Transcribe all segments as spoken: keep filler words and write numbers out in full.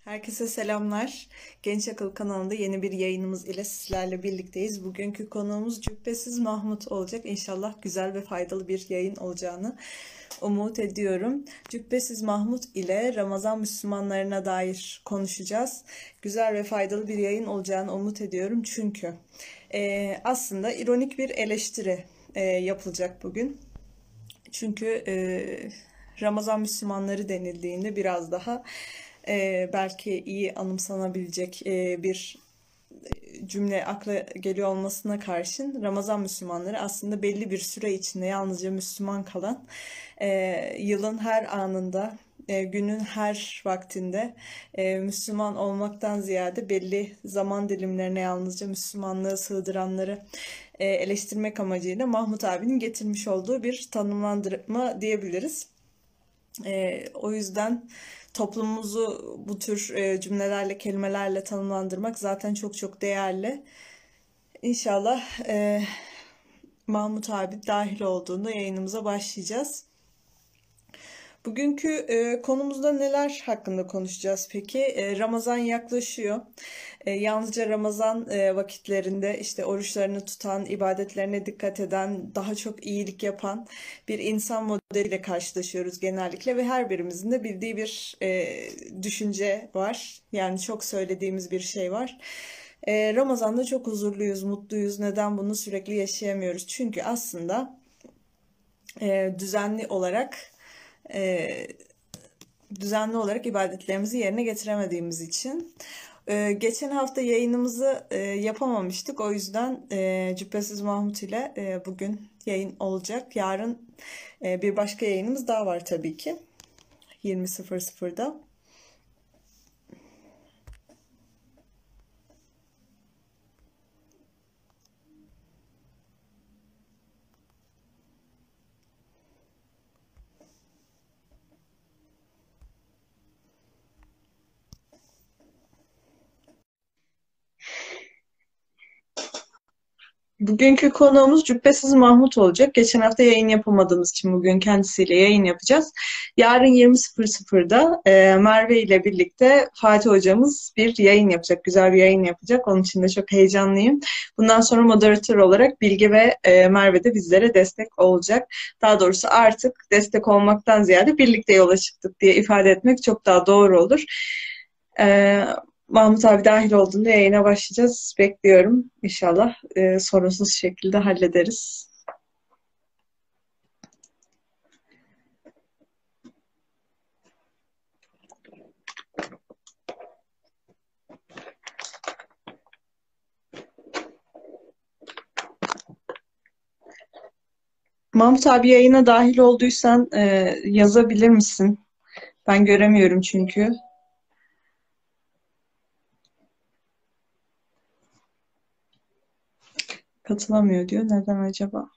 Herkese selamlar. Genç Akıl kanalında yeni bir yayınımız ile sizlerle birlikteyiz. Bugünkü konuğumuz Cübbesiz Mahmut olacak. İnşallah güzel ve faydalı bir yayın olacağını umut ediyorum. Cübbesiz Mahmut ile Ramazan Müslümanlarına dair konuşacağız. Güzel ve faydalı bir yayın olacağını umut ediyorum. Çünkü e, aslında ironik bir eleştiri e, yapılacak bugün. Çünkü e, Ramazan Müslümanları denildiğinde biraz daha e, belki iyi anımsanabilecek e, bir cümle akla geliyor olmasına karşın Ramazan Müslümanları aslında belli bir süre içinde yalnızca Müslüman kalan, e, yılın her anında, e, günün her vaktinde e, Müslüman olmaktan ziyade belli zaman dilimlerine yalnızca Müslümanlığı sığdıranları e, eleştirmek amacıyla Mahmut abinin getirmiş olduğu bir tanımlandırma diyebiliriz. E, o yüzden toplumumuzu bu tür e, cümlelerle, kelimelerle tanımlandırmak zaten çok çok değerli. İnşallah e, Mahmut abi dahil olduğunda yayınımıza başlayacağız. Bugünkü e, konumuzda neler hakkında konuşacağız peki? E, Ramazan yaklaşıyor. E, yalnızca Ramazan e, vakitlerinde işte oruçlarını tutan, ibadetlerine dikkat eden, daha çok iyilik yapan bir insan modeliyle karşılaşıyoruz genellikle ve her birimizin de bildiği bir e, düşünce var. Yani çok söylediğimiz bir şey var. E, Ramazan'da çok huzurluyuz, mutluyuz. Neden bunu sürekli yaşayamıyoruz? Çünkü aslında e, düzenli olarak e, düzenli olarak ibadetlerimizi yerine getiremediğimiz için. Ee, geçen hafta yayınımızı e, yapamamıştık. O yüzden e, Cübbesiz Mahmut ile e, bugün yayın olacak. Yarın e, bir başka yayınımız daha var tabii ki. yirmi sıfır sıfırda. Bugünkü konuğumuz Cübbesiz Mahmut olacak. Geçen hafta yayın yapamadığımız için bugün kendisiyle yayın yapacağız. Yarın yirmi sıfır sıfırda e, Merve ile birlikte Fatih hocamız bir yayın yapacak. Güzel bir yayın yapacak. Onun için de çok heyecanlıyım. Bundan sonra moderatör olarak Bilge ve e, Merve de bizlere destek olacak. Daha doğrusu artık destek olmaktan ziyade birlikte yola çıktık diye ifade etmek çok daha doğru olur. E, Mahmut abi dahil olduğunda yayına başlayacağız. Bekliyorum. İnşallah e, sorunsuz şekilde hallederiz. Mahmut abi yayına dahil olduysan e, yazabilir misin? Ben göremiyorum çünkü. Katılamıyor diyor. Neden acaba?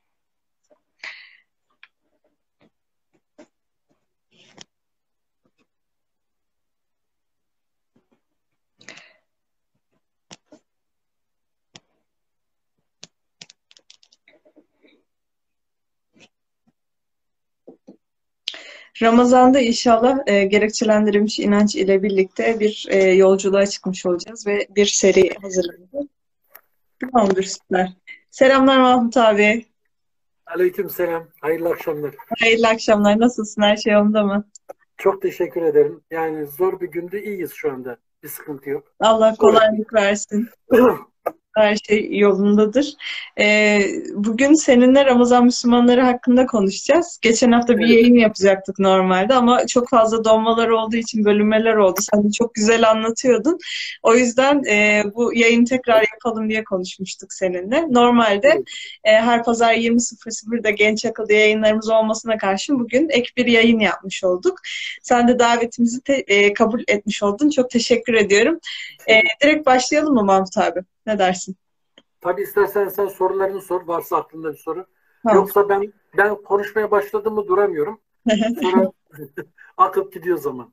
Ramazan'da inşallah e, gerekçelendirilmiş inanç ile birlikte bir e, yolculuğa çıkmış olacağız ve bir seri hazırlanacağız. Tamamdır, süper. Selamlar Mahmut abi. Aleykümselam. Hayırlı akşamlar. Hayırlı akşamlar. Nasılsın? Her şey yolunda mı? Çok teşekkür ederim. Yani zor bir günde iyiyiz şu anda. Bir sıkıntı yok. Allah Evet. kolaylık versin. Her şey yolundadır. Ee, bugün seninle Ramazan Müslümanları hakkında konuşacağız. Geçen hafta bir Evet. yayın yapacaktık normalde ama çok fazla donmalar olduğu için bölünmeler oldu. Sen de çok güzel anlatıyordun. O yüzden e, bu yayını tekrar yapalım diye konuşmuştuk seninle. Normalde Evet. e, her pazar yirmi sıfır sıfırda Genç Akıl'da yayınlarımız olmasına karşın bugün ek bir yayın yapmış olduk. Sen de davetimizi te- e, kabul etmiş oldun. Çok teşekkür ediyorum. E, direkt başlayalım mı Mahmut abi? Ne dersin? Tabii istersen sen sorularını sor. Varsa aklında bir soru. Tamam. Yoksa ben ben konuşmaya başladım mı duramıyorum. Sonra akıp gidiyor zaman.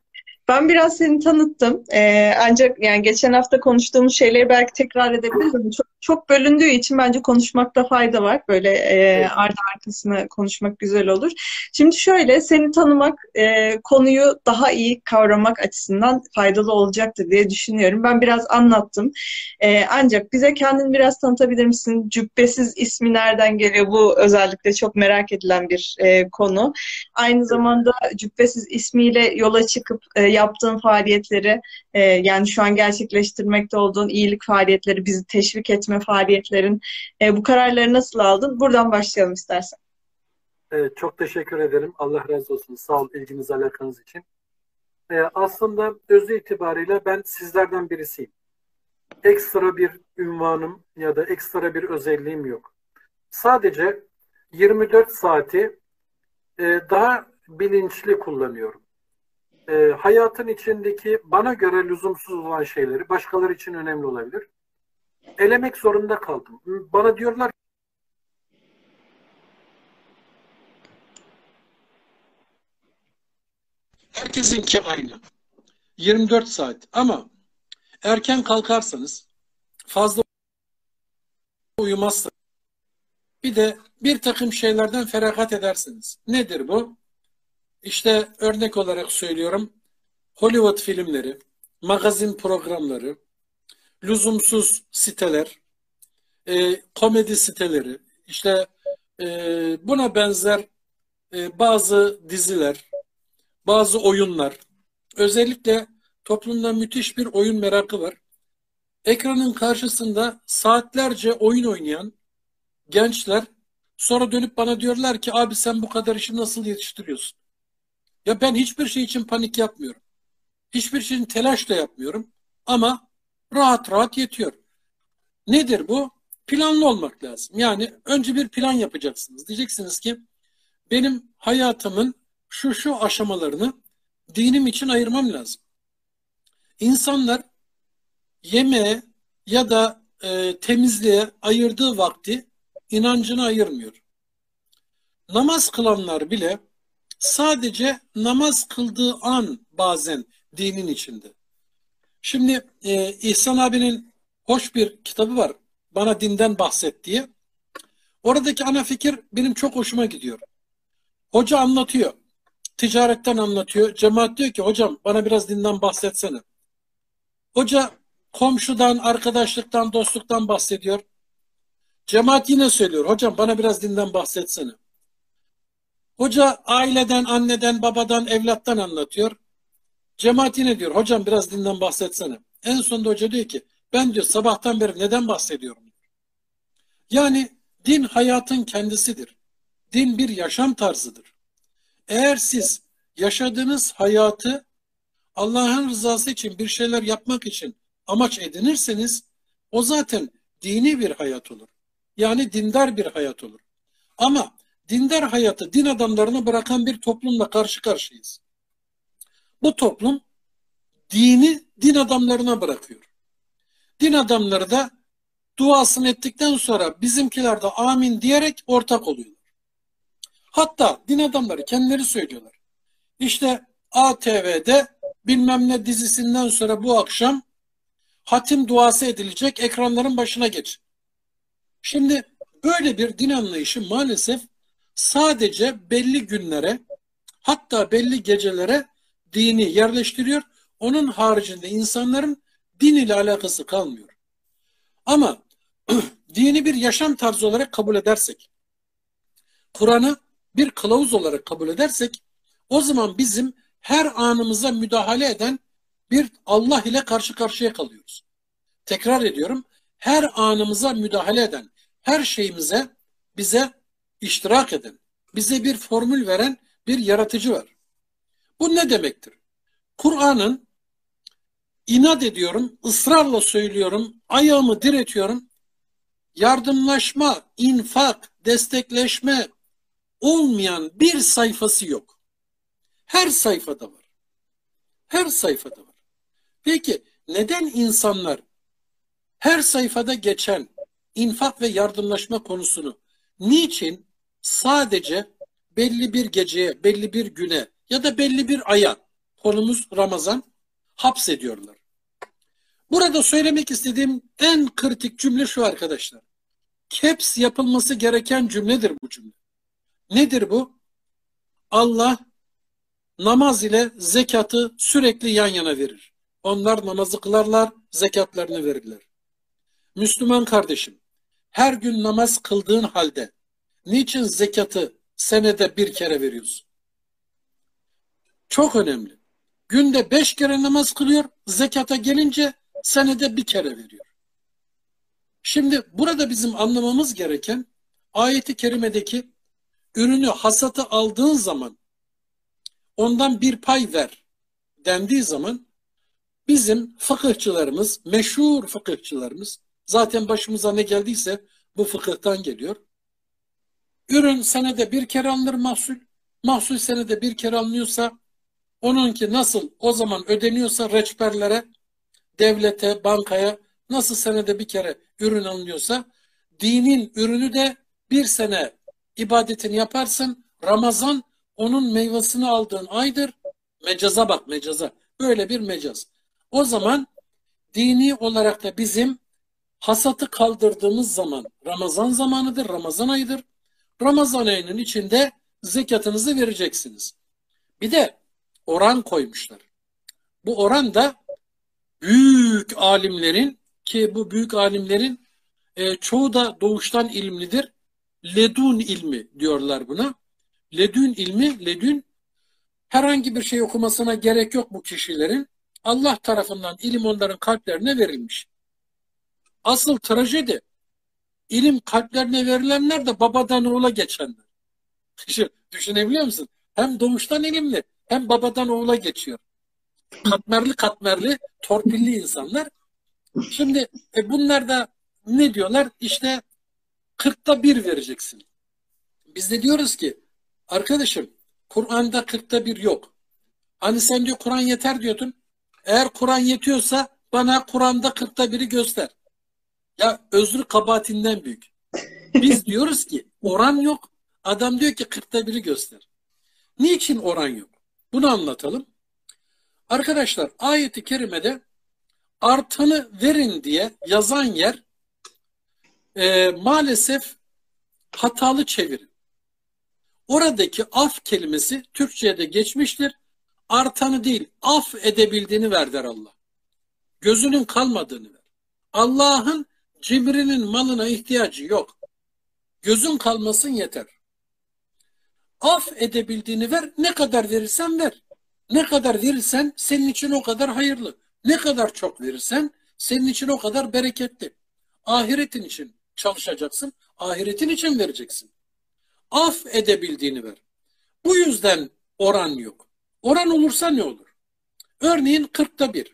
Ben biraz seni tanıttım. Ee, ancak yani geçen hafta konuştuğumuz şeyleri belki tekrar edebiliriz ama çok, çok bölündüğü için bence konuşmakta fayda var. Böyle e, Evet. ardı arkasına konuşmak güzel olur. Şimdi şöyle seni tanımak e, konuyu daha iyi kavramak açısından faydalı olacaktır diye düşünüyorum. Ben biraz anlattım. E, ancak bize kendini biraz tanıtabilir misin? Cübbesiz ismi nereden geliyor? Bu özellikle çok merak edilen bir e, konu. Aynı Evet. zamanda Cübbesiz ismiyle yola çıkıp e, yaptığın faaliyetleri, e, yani şu an gerçekleştirmekte olduğun iyilik faaliyetleri, bizi teşvik etme faaliyetlerin, e, bu kararları nasıl aldın? Buradan başlayalım istersen. Evet, çok teşekkür ederim. Allah razı olsun. Sağ ol ilginiz alakanız için. Ee, aslında özü itibariyle ben sizlerden birisiyim. Ekstra bir ünvanım ya da ekstra bir özelliğim yok. Sadece yirmi dört saati e, daha bilinçli kullanıyorum. E, hayatın içindeki bana göre lüzumsuz olan şeyleri başkaları için önemli olabilir. Elemek zorunda kaldım. Bana diyorlar herkesinki aynı. yirmi dört saat ama erken kalkarsanız, fazla uyumazsanız, bir de bir takım şeylerden feragat edersiniz. Nedir bu? İşte örnek olarak söylüyorum. Hollywood filmleri, magazin programları, lüzumsuz siteler, e, komedi siteleri, işte e, buna benzer e, bazı diziler, bazı oyunlar, özellikle toplumda müthiş bir oyun merakı var. Ekranın karşısında saatlerce oyun oynayan gençler sonra dönüp bana diyorlar ki abi sen bu kadar işi nasıl yetiştiriyorsun? Ya ben hiçbir şey için panik yapmıyorum. Hiçbir şeyin telaş da yapmıyorum. Ama rahat rahat yetiyor. Nedir bu? Planlı olmak lazım. Yani önce bir plan yapacaksınız. Diyeceksiniz ki benim hayatımın şu şu aşamalarını dinim için ayırmam lazım. İnsanlar yemeğe ya da e, temizliğe ayırdığı vakti inancına ayırmıyor. Namaz kılanlar bile sadece namaz kıldığı an bazen dinin içinde. Şimdi e, İhsan abinin hoş bir kitabı var. Bana dinden bahset diye. Oradaki ana fikir benim çok hoşuma gidiyor. Hoca anlatıyor. Ticaretten anlatıyor. Cemaat diyor ki hocam bana biraz dinden bahsetsene. Hoca komşudan, arkadaşlıktan, dostluktan bahsediyor. Cemaat yine söylüyor. Hocam bana biraz dinden bahsetsene. Hoca aileden, anneden, babadan, evlattan anlatıyor. Cemaat yine diyor. Hocam biraz dinden bahsetsene. En sonunda hoca diyor ki ben diyor sabahtan beri neden bahsediyorum? Yani din hayatın kendisidir. Din bir yaşam tarzıdır. Eğer siz yaşadığınız hayatı Allah'ın rızası için bir şeyler yapmak için amaç edinirseniz o zaten dini bir hayat olur. Yani dindar bir hayat olur. Ama dindar hayatı din adamlarına bırakan bir toplumla karşı karşıyayız. Bu toplum dini din adamlarına bırakıyor. Din adamları da duasını ettikten sonra bizimkiler de amin diyerek ortak oluyorlar. Hatta din adamları kendileri söylüyorlar. İşte A T V'de bilmem ne dizisinden sonra bu akşam hatim duası edilecek, ekranların başına geç. Şimdi böyle bir din anlayışı maalesef sadece belli günlere, hatta belli gecelere dini yerleştiriyor. Onun haricinde insanların din ile alakası kalmıyor. Ama dini bir yaşam tarzı olarak kabul edersek, Kur'an'ı bir kılavuz olarak kabul edersek, o zaman bizim her anımıza müdahale eden bir Allah ile karşı karşıya kalıyoruz. Tekrar ediyorum, her anımıza müdahale eden, her şeyimize bize iştirak eden, bize bir formül veren bir yaratıcı var. Bu ne demektir? Kur'an'ın inat ediyorum, ısrarla söylüyorum, ayağımı diretiyorum, yardımlaşma, infak, destekleşme olmayan bir sayfası yok. Her sayfada var. Her sayfada var. Peki neden insanlar her sayfada geçen infak ve yardımlaşma konusunu niçin sadece belli bir geceye, belli bir güne ya da belli bir aya konumuz Ramazan, hapsediyorlar. Burada söylemek istediğim en kritik cümle şu arkadaşlar. Caps yapılması gereken cümledir bu cümle. Nedir bu? Allah namaz ile zekatı sürekli yan yana verir. Onlar namazı kılarlar, zekatlarını verirler. Müslüman kardeşim, her gün namaz kıldığın halde niçin zekatı senede bir kere veriyorsun? Çok önemli. Günde beş kere namaz kılıyor, zekata gelince senede bir kere veriyor. Şimdi burada bizim anlamamız gereken ayeti kerimedeki ürünü hasatı aldığın zaman ondan bir pay ver dendiği zaman bizim fıkıhçılarımız, meşhur fıkıhçılarımız, zaten başımıza ne geldiyse bu fıkıhtan geliyor. Ürün senede bir kere alınır mahsul, mahsul senede bir kere alınıyorsa onunki nasıl o zaman ödeniyorsa reçberlere, devlete, bankaya nasıl senede bir kere ürün alınıyorsa dinin ürünü de bir sene ibadetini yaparsın. Ramazan onun meyvesini aldığın aydır. Mecaza bak, mecaza. Böyle bir mecaz. O zaman dini olarak da bizim hasatı kaldırdığımız zaman Ramazan zamanıdır, Ramazan ayıdır. Ramazan ayının içinde zekatınızı vereceksiniz. Bir de oran koymuşlar. Bu oran da büyük alimlerin, ki bu büyük alimlerin e, çoğu da doğuştan ilimlidir. Ledun ilmi diyorlar buna. Ledün ilmi, ledün herhangi bir şey okumasına gerek yok bu kişilerin. Allah tarafından ilim onların kalplerine verilmiş. Asıl trajedi ilim kalplerine verilenler de babadan oğula geçenler. Düşünebiliyor musun? Hem doğuştan ilimli hem babadan oğula geçiyor. Katmerli katmerli, torpilli insanlar. Şimdi e, bunlar da ne diyorlar? İşte kırkta bir vereceksin. Biz de diyoruz ki arkadaşım Kur'an'da kırkta bir yok. Hani sen diyor Kur'an yeter diyordun. Eğer Kur'an yetiyorsa bana Kur'an'da kırkta biri göster. Ya özrü kabahatinden büyük. Biz diyoruz ki oran yok. Adam diyor ki kırkta biri göster. Niçin oran yok? Bunu anlatalım. Arkadaşlar ayeti kerimede artanı verin diye yazan yer e, maalesef hatalı çeviri. Oradaki af kelimesi Türkçe'ye de geçmiştir. Artanı değil, af edebildiğini ver der Allah. Gözünün kalmadığını ver. Allah'ın cimrinin malına ihtiyacı yok. Gözün kalmasın yeter. Af edebildiğini ver, ne kadar verirsen ver. Ne kadar verirsen senin için o kadar hayırlı. Ne kadar çok verirsen senin için o kadar bereketli. Ahiretin için çalışacaksın, ahiretin için vereceksin. Af edebildiğini ver. Bu yüzden oran yok. Oran olursa ne olur? Örneğin kırkta bir.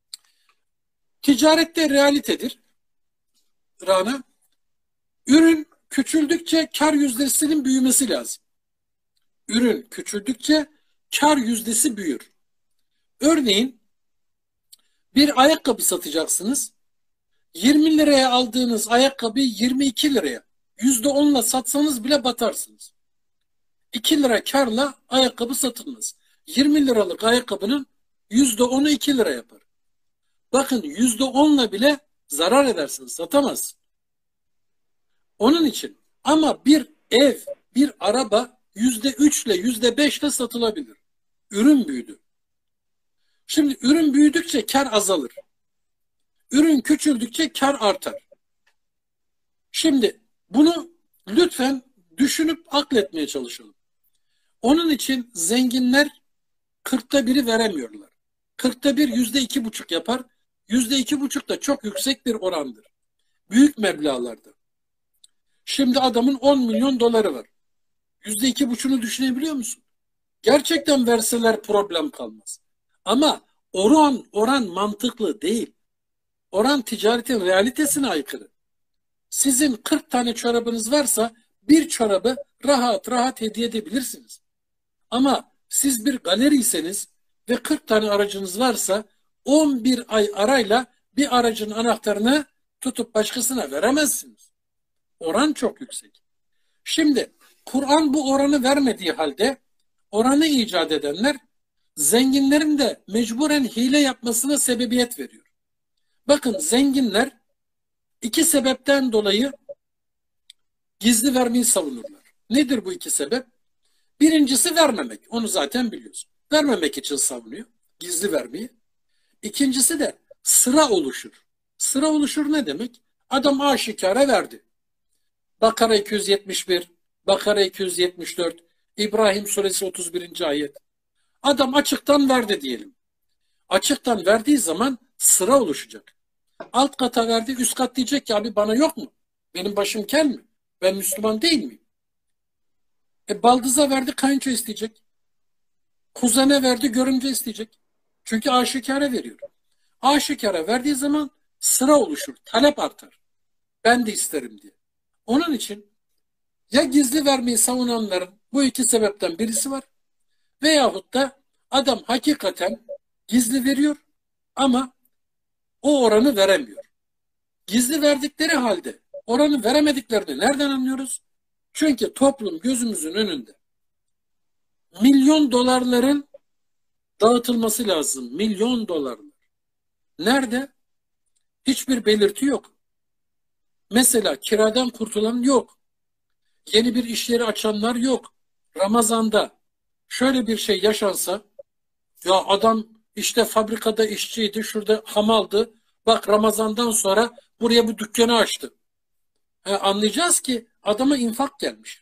Ticarette realitedir. Rana, ürün küçüldükçe kar yüzdesinin büyümesi lazım. Ürün küçüldükçe kar yüzdesi büyür. Örneğin bir ayakkabı satacaksınız. yirmi liraya aldığınız ayakkabıyı yirmi iki liraya yüzde onla satsanız bile batarsınız. iki lira karla ayakkabı satılmaz. yirmi liralık ayakkabının yüzde onu iki lira yapar. Bakın yüzde onla bile zarar edersiniz, satamazsın. Onun için ama bir ev, bir araba yüzde üçle yüzde beşle satılabilir. Ürün büyüdü. Şimdi ürün büyüdükçe kar azalır. Ürün küçüldükçe kar artar. Şimdi bunu lütfen düşünüp akletmeye çalışalım. Onun için zenginler kırkta biri veremiyorlar. Kırkta bir yüzde iki buçuk yapar. Yüzde iki buçuk da çok yüksek bir orandır. Büyük meblağlarda. Şimdi adamın on milyon doları var. Yüzde iki buçuğunu düşünebiliyor musun? Gerçekten verseler problem kalmaz. Ama oran, oran mantıklı değil. Oran ticaretin realitesine aykırı. Sizin kırk tane çorabınız varsa bir çorabı rahat rahat hediye edebilirsiniz. Ama siz bir galeriyseniz ve kırk tane aracınız varsa on bir ay arayla bir aracın anahtarını tutup başkasına veremezsiniz. Oran çok yüksek. Şimdi Kur'an bu oranı vermediği halde oranı icat edenler zenginlerin de mecburen hile yapmasına sebebiyet veriyor. Bakın, zenginler iki sebepten dolayı gizli vermeyi savunurlar. Nedir bu iki sebep? Birincisi vermemek. Onu zaten biliyorsun. Vermemek için savunuyor gizli vermeyi. İkincisi de sıra oluşur. Sıra oluşur ne demek? Adam aşikare verdi. Bakara iki yüz yetmiş bir, Bakara iki yüz yetmiş dört, İbrahim suresi otuz birinci ayet. Adam açıktan verdi diyelim. Açıktan verdiği zaman sıra oluşacak. Alt kata verdi, üst kat diyecek ki abi bana yok mu? Benim başım kel mi? Ben Müslüman değil miyim? E baldıza verdi, kayınço isteyecek. Kuzene verdi, görümce isteyecek. Çünkü aşikare veriyor. Aşikare verdiği zaman sıra oluşur, talep artar. Ben de isterim diye. Onun için ya gizli vermeyi savunanların bu iki sebepten birisi var, veyahut da adam hakikaten gizli veriyor ama o oranı veremiyor. Gizli verdikleri halde oranı veremediklerini nereden anlıyoruz? Çünkü toplum gözümüzün önünde. Milyon dolarların dağıtılması lazım. Milyon dolarlar. Nerede? Hiçbir belirti yok. Mesela kiradan kurtulan yok. Yeni bir iş yeri açanlar yok. Ramazan'da şöyle bir şey yaşansa, ya adam işte fabrikada işçiydi, şurada hamaldı. Bak Ramazan'dan sonra buraya bu dükkanı açtı. He, anlayacağız ki adama infak gelmiş.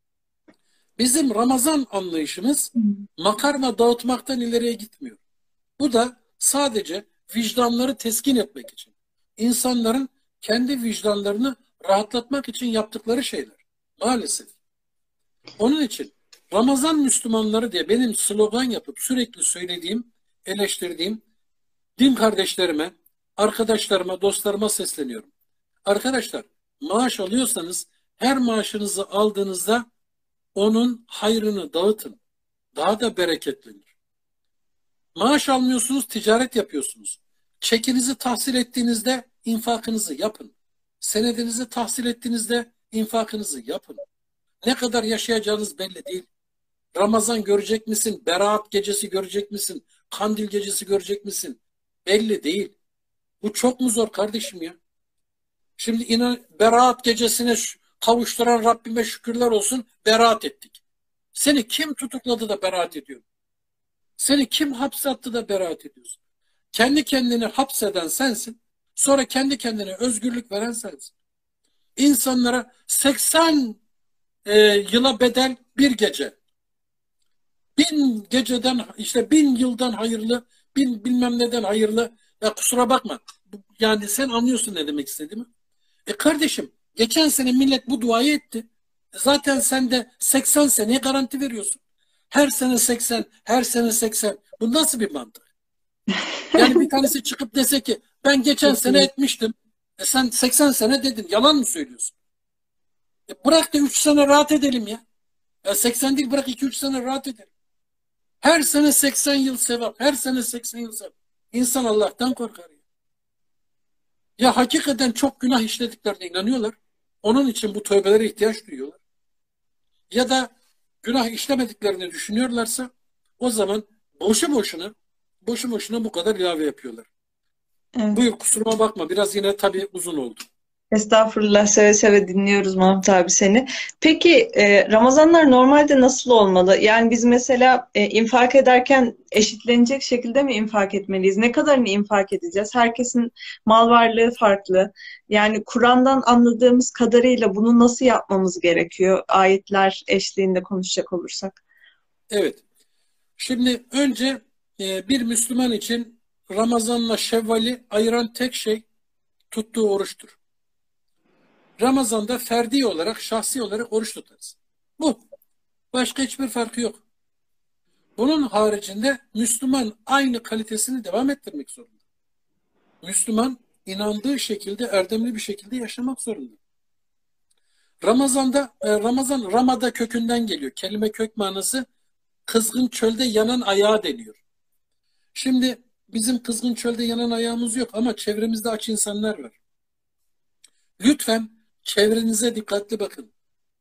Bizim Ramazan anlayışımız makarna dağıtmaktan ileriye gitmiyor. Bu da sadece vicdanları teskin etmek için, İnsanların kendi vicdanlarını rahatlatmak için yaptıkları şeyler. Maalesef. Onun için Ramazan Müslümanları diye benim slogan yapıp sürekli söylediğim, eleştirdiğim din kardeşlerime, arkadaşlarıma, dostlarıma sesleniyorum. Arkadaşlar, maaş alıyorsanız her maaşınızı aldığınızda onun hayrını dağıtın. Daha da bereketlenir. Maaş almıyorsunuz, ticaret yapıyorsunuz. Çekinizi tahsil ettiğinizde infakınızı yapın. Senedinizi tahsil ettiğinizde infakınızı yapın. Ne kadar yaşayacağınız belli değil. Ramazan görecek misin? Berat gecesi görecek misin? Kandil gecesi görecek misin? Belli değil. Bu çok mu zor kardeşim ya? Şimdi inan, Berat gecesine kavuşturan Rabbime şükürler olsun, beraat ettik. Seni kim tutukladı da beraat ediyor? Seni kim hapse attı da beraat ediyorsun? Kendi kendini hapseden sensin. Sonra kendi kendine özgürlük veren sensin. İnsanlara seksen e, yıla bedel bir gece. Bin geceden, işte bin yıldan hayırlı, bin bilmem neden hayırlı. Ya kusura bakma. Yani sen anlıyorsun ne demek istediğimi. E kardeşim, geçen sene millet bu duayı etti. Zaten sen de seksen seneye garanti veriyorsun. Her sene seksen, her sene seksen. Bu nasıl bir mantık? Yani bir tanesi çıkıp dese ki ben geçen sene etmiştim. E sen seksen sene dedin. Yalan mı söylüyorsun? E bırak da üç sene rahat edelim ya. Ya seksen değil, bırak iki üç sene rahat edelim. Her sene seksen yıl sevap. Her sene seksen yıl sevap. İnsan Allah'tan korkar ya. Ya hakikaten çok günah işlediklerine inanıyorlar. Onun için bu tövbelere ihtiyaç duyuyorlar. Ya da günah işlemediklerini düşünüyorlarsa o zaman boşu boşuna boşu boşuna bu kadar ilave yapıyorlar. Evet. Buyur, kusuruma bakma. Biraz yine tabii uzun oldu. Estağfurullah, seve seve dinliyoruz Mahmut abi seni. Peki e, Ramazanlar normalde nasıl olmalı? Yani biz mesela e, infak ederken eşitlenecek şekilde mi infak etmeliyiz? Ne kadarını infak edeceğiz? Herkesin mal varlığı farklı. Yani Kur'an'dan anladığımız kadarıyla bunu nasıl yapmamız gerekiyor? Ayetler eşliğinde konuşacak olursak. Evet. Şimdi önce e, bir Müslüman için Ramazan'la Şevval'i ayıran tek şey tuttuğu oruçtur. Ramazan'da ferdi olarak, şahsi olarak oruç tutarız. Bu. Başka hiçbir farkı yok. Bunun haricinde Müslüman aynı kalitesini devam ettirmek zorunda. Müslüman inandığı şekilde, erdemli bir şekilde yaşamak zorunda. Ramazan'da, e, Ramazan Ramada kökünden geliyor. Kelime kök manası kızgın çölde yanan ayağı deniyor. Şimdi bizim kızgın çölde yanan ayağımız yok ama çevremizde aç insanlar var. Lütfen çevrenize dikkatli bakın.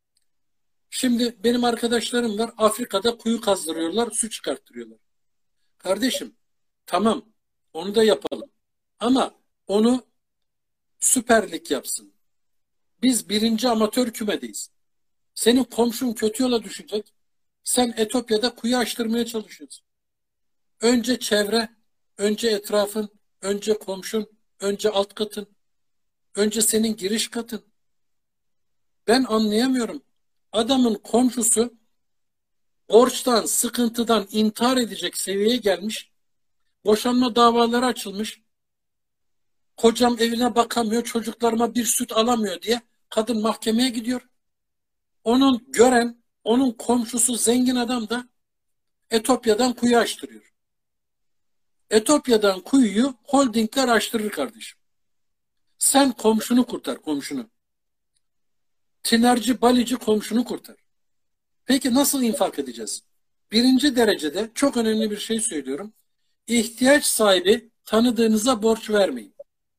Şimdi benim arkadaşlarım var, Afrika'da kuyu kazdırıyorlar, su çıkarttırıyorlar. Kardeşim, tamam, onu da yapalım. Ama onu Süper Lig yapsın. Biz birinci amatör kümedeyiz. Senin komşun kötü yola düşecek. Sen Etopya'da kuyu açtırmaya çalışıyorsun. Önce çevre, önce etrafın, önce komşun, önce alt katın, önce senin giriş katın. Ben anlayamıyorum. Adamın komşusu borçtan, sıkıntıdan intihar edecek seviyeye gelmiş. Boşanma davaları açılmış. Kocam evine bakamıyor, çocuklarıma bir süt alamıyor diye kadın mahkemeye gidiyor. Onun gören, onun komşusu zengin adam da Etopya'dan kuyu açtırıyor. Etopya'dan kuyuyu holdingler açtırır kardeşim. Sen komşunu kurtar, komşunu. Tinerci, balici komşunu kurtar. Peki nasıl infak edeceğiz? Birinci derecede çok önemli bir şey söylüyorum. İhtiyaç sahibi tanıdığınıza borç vermeyin.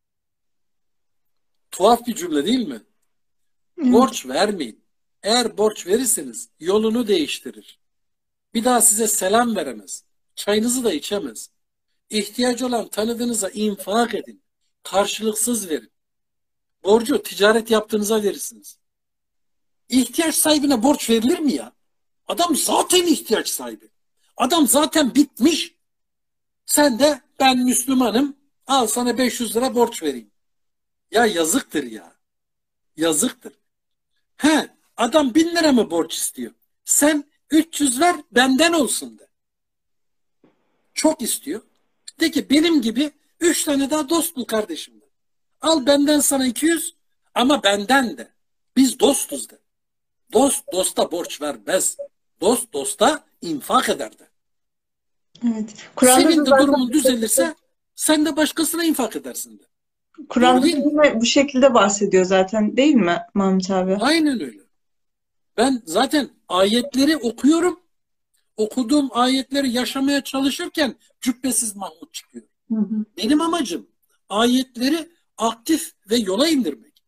Tuhaf bir cümle değil mi? Borç vermeyin. Eğer borç verirseniz yolunu değiştirir. Bir daha size selam veremez. Çayınızı da içemez. İhtiyacı olan tanıdığınıza infak edin. Karşılıksız verin. Borcu ticaret yaptığınıza verirsiniz. İhtiyaç sahibine borç verilir mi ya? Adam zaten ihtiyaç sahibi. Adam zaten bitmiş. Sen de ben Müslümanım, al sana beş yüz lira borç vereyim. Ya yazıktır ya. Yazıktır. He, adam bin lira mı borç istiyor? Sen üç yüz ver, benden olsun de. Çok istiyor. De ki benim gibi üç tane daha dost bul kardeşim de. Al benden sana iki yüz ama benden de. Biz dostuz de. Dost dosta borç vermez. Dost dosta infak eder de. Evet. Kur'an'da Senin da de zaten durumun bu düzelirse şekilde, sen de başkasına infak edersin de. Doğru Kur'an'da da değil mi? yine bu şekilde bahsediyor zaten, değil mi Mahmut abi? Aynen öyle. Ben zaten ayetleri okuyorum. Okuduğum ayetleri yaşamaya çalışırken Cübbesiz Mahmut çıkıyor. Hı hı. Benim amacım ayetleri aktif ve yola indirmek.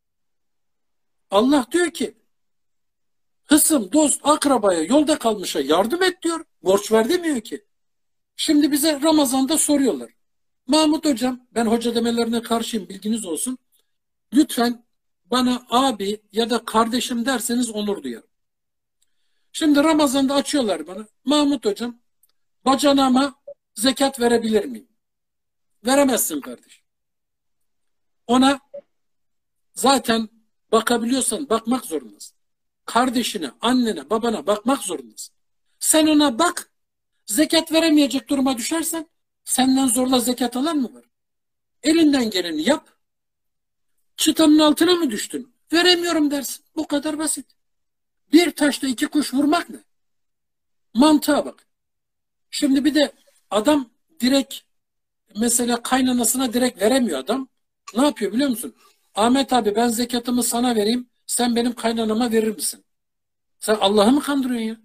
Allah diyor ki hısım, dost, akrabaya, yolda kalmışa yardım et diyor. Borç ver demiyor ki. Şimdi bize Ramazan'da soruyorlar. Mahmut hocam, ben hoca demelerine karşıyım, bilginiz olsun. Lütfen bana abi ya da kardeşim derseniz onur duyarım. Şimdi Ramazan'da açıyorlar bana. Mahmut hocam, bacanağıma zekat verebilir miyim? Veremezsin kardeşim. Ona zaten bakabiliyorsan bakmak zorundasın. Kardeşine, annene, babana bakmak zorundasın. Sen ona bak, zekat veremeyecek duruma düşersen senden zorla zekat alan mı var? Elinden geleni yap. Çıtanın altına mı düştün? Veremiyorum dersin. Bu kadar basit. Bir taşla iki kuş vurmak ne? Mantığa bak. Şimdi bir de adam direkt mesela kaynanasına direkt veremiyor adam. Ne yapıyor biliyor musun? Ahmet abi ben zekatımı sana vereyim. Sen benim kaynanama verir misin? Sen Allah'ı mı kandırıyorsun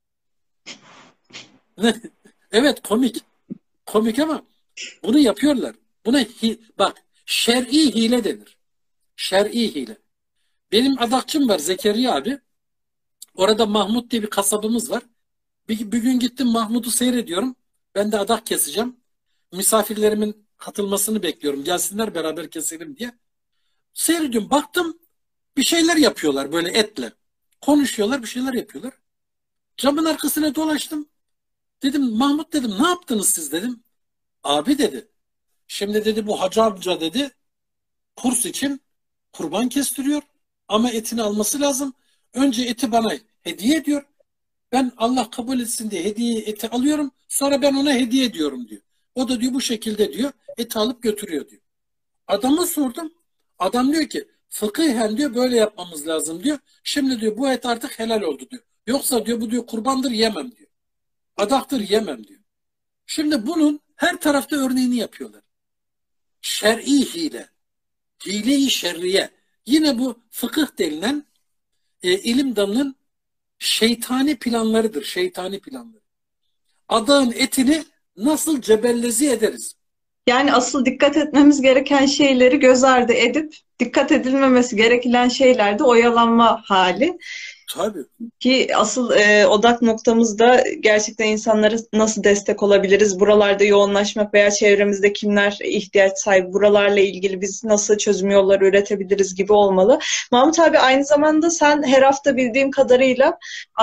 ya? Evet komik. Komik ama bunu yapıyorlar. Buna hi bak şer'i hile denir. Şer'i hile. Benim adakçım var Zekeriya abi. Orada Mahmut diye bir kasabımız var. Bir, bir gün gittim Mahmut'u seyrediyorum. Ben de adak keseceğim. Misafirlerimin katılmasını bekliyorum. Gelsinler beraber keselim diye. Seyrediyorum. Baktım bir şeyler yapıyorlar böyle etle. Konuşuyorlar bir şeyler yapıyorlar. Camın arkasına dolaştım. Dedim Mahmut dedim ne yaptınız siz dedim. Abi dedi. Şimdi dedi bu hacı amca dedi kurs için kurban kestiriyor. Ama etini alması lazım. Önce eti bana hediye ediyor. Ben Allah kabul etsin diye hediye eti alıyorum. Sonra ben ona hediye ediyorum diyor. O da diyor bu şekilde diyor eti alıp götürüyor diyor. Adama sordum. Adam diyor ki fıkıhen diyor böyle yapmamız lazım diyor. Şimdi diyor bu et artık helal oldu diyor. Yoksa diyor bu diyor kurbandır yemem diyor. Adaktır yemem diyor. Şimdi bunun her tarafta örneğini yapıyorlar. Şer'i hile. Hile-i şerriye. Yine bu fıkıh denilen e, ilim dalının şeytani planlarıdır. Şeytani planları. Adağın etini nasıl cebellezi ederiz? Yani asıl dikkat etmemiz gereken şeyleri göz ardı edip dikkat edilmemesi gereken şeylerde oyalanma hali. Tabii. Ki asıl e, odak noktamız da gerçekten insanlara nasıl destek olabiliriz? Buralarda yoğunlaşmak veya çevremizde kimler ihtiyaç sahibi, buralarla ilgili biz nasıl çözüm yolları üretebiliriz gibi olmalı. Mahmut abi, aynı zamanda sen her hafta bildiğim kadarıyla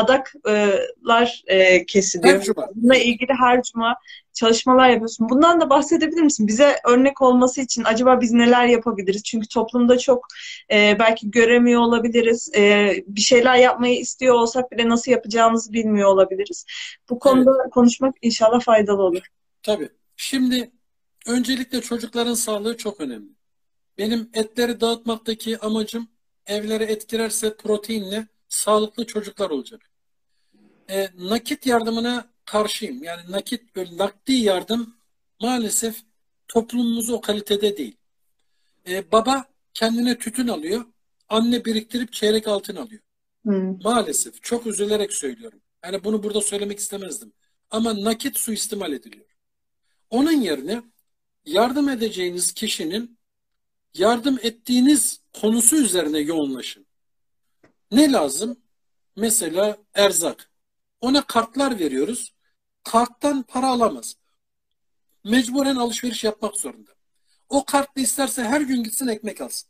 adaklar e, Her kesiliyor. cuma. Bununla Evet. ilgili her cuma çalışmalar yapıyorsun. Bundan da bahsedebilir misin? Bize örnek olması için acaba biz neler yapabiliriz? Çünkü toplumda çok e, belki göremiyor olabiliriz. E, bir şeyler yapmayı istiyor olsak bile nasıl yapacağımızı bilmiyor olabiliriz. Bu Evet. konuda konuşmak inşallah faydalı olur. Tabii. Şimdi öncelikle çocukların sağlığı çok önemli. Benim etleri dağıtmaktaki amacım evlere et girerse proteinli, sağlıklı çocuklar olacak. E, nakit yardımına karşıyım. Yani nakit, böyle nakdi yardım maalesef toplumumuz o kalitede değil. E, baba kendine tütün alıyor, anne biriktirip çeyrek altın alıyor. Hmm. Maalesef çok üzülerek söylüyorum. Yani bunu burada söylemek istemezdim. Ama nakit suistimal ediliyor. Onun yerine yardım edeceğiniz kişinin yardım ettiğiniz konusu üzerine yoğunlaşın. Ne lazım? Mesela erzak. Ona kartlar veriyoruz. Karttan para alamaz. Mecburen alışveriş yapmak zorunda. O kartla isterse her gün gitsin ekmek alsın.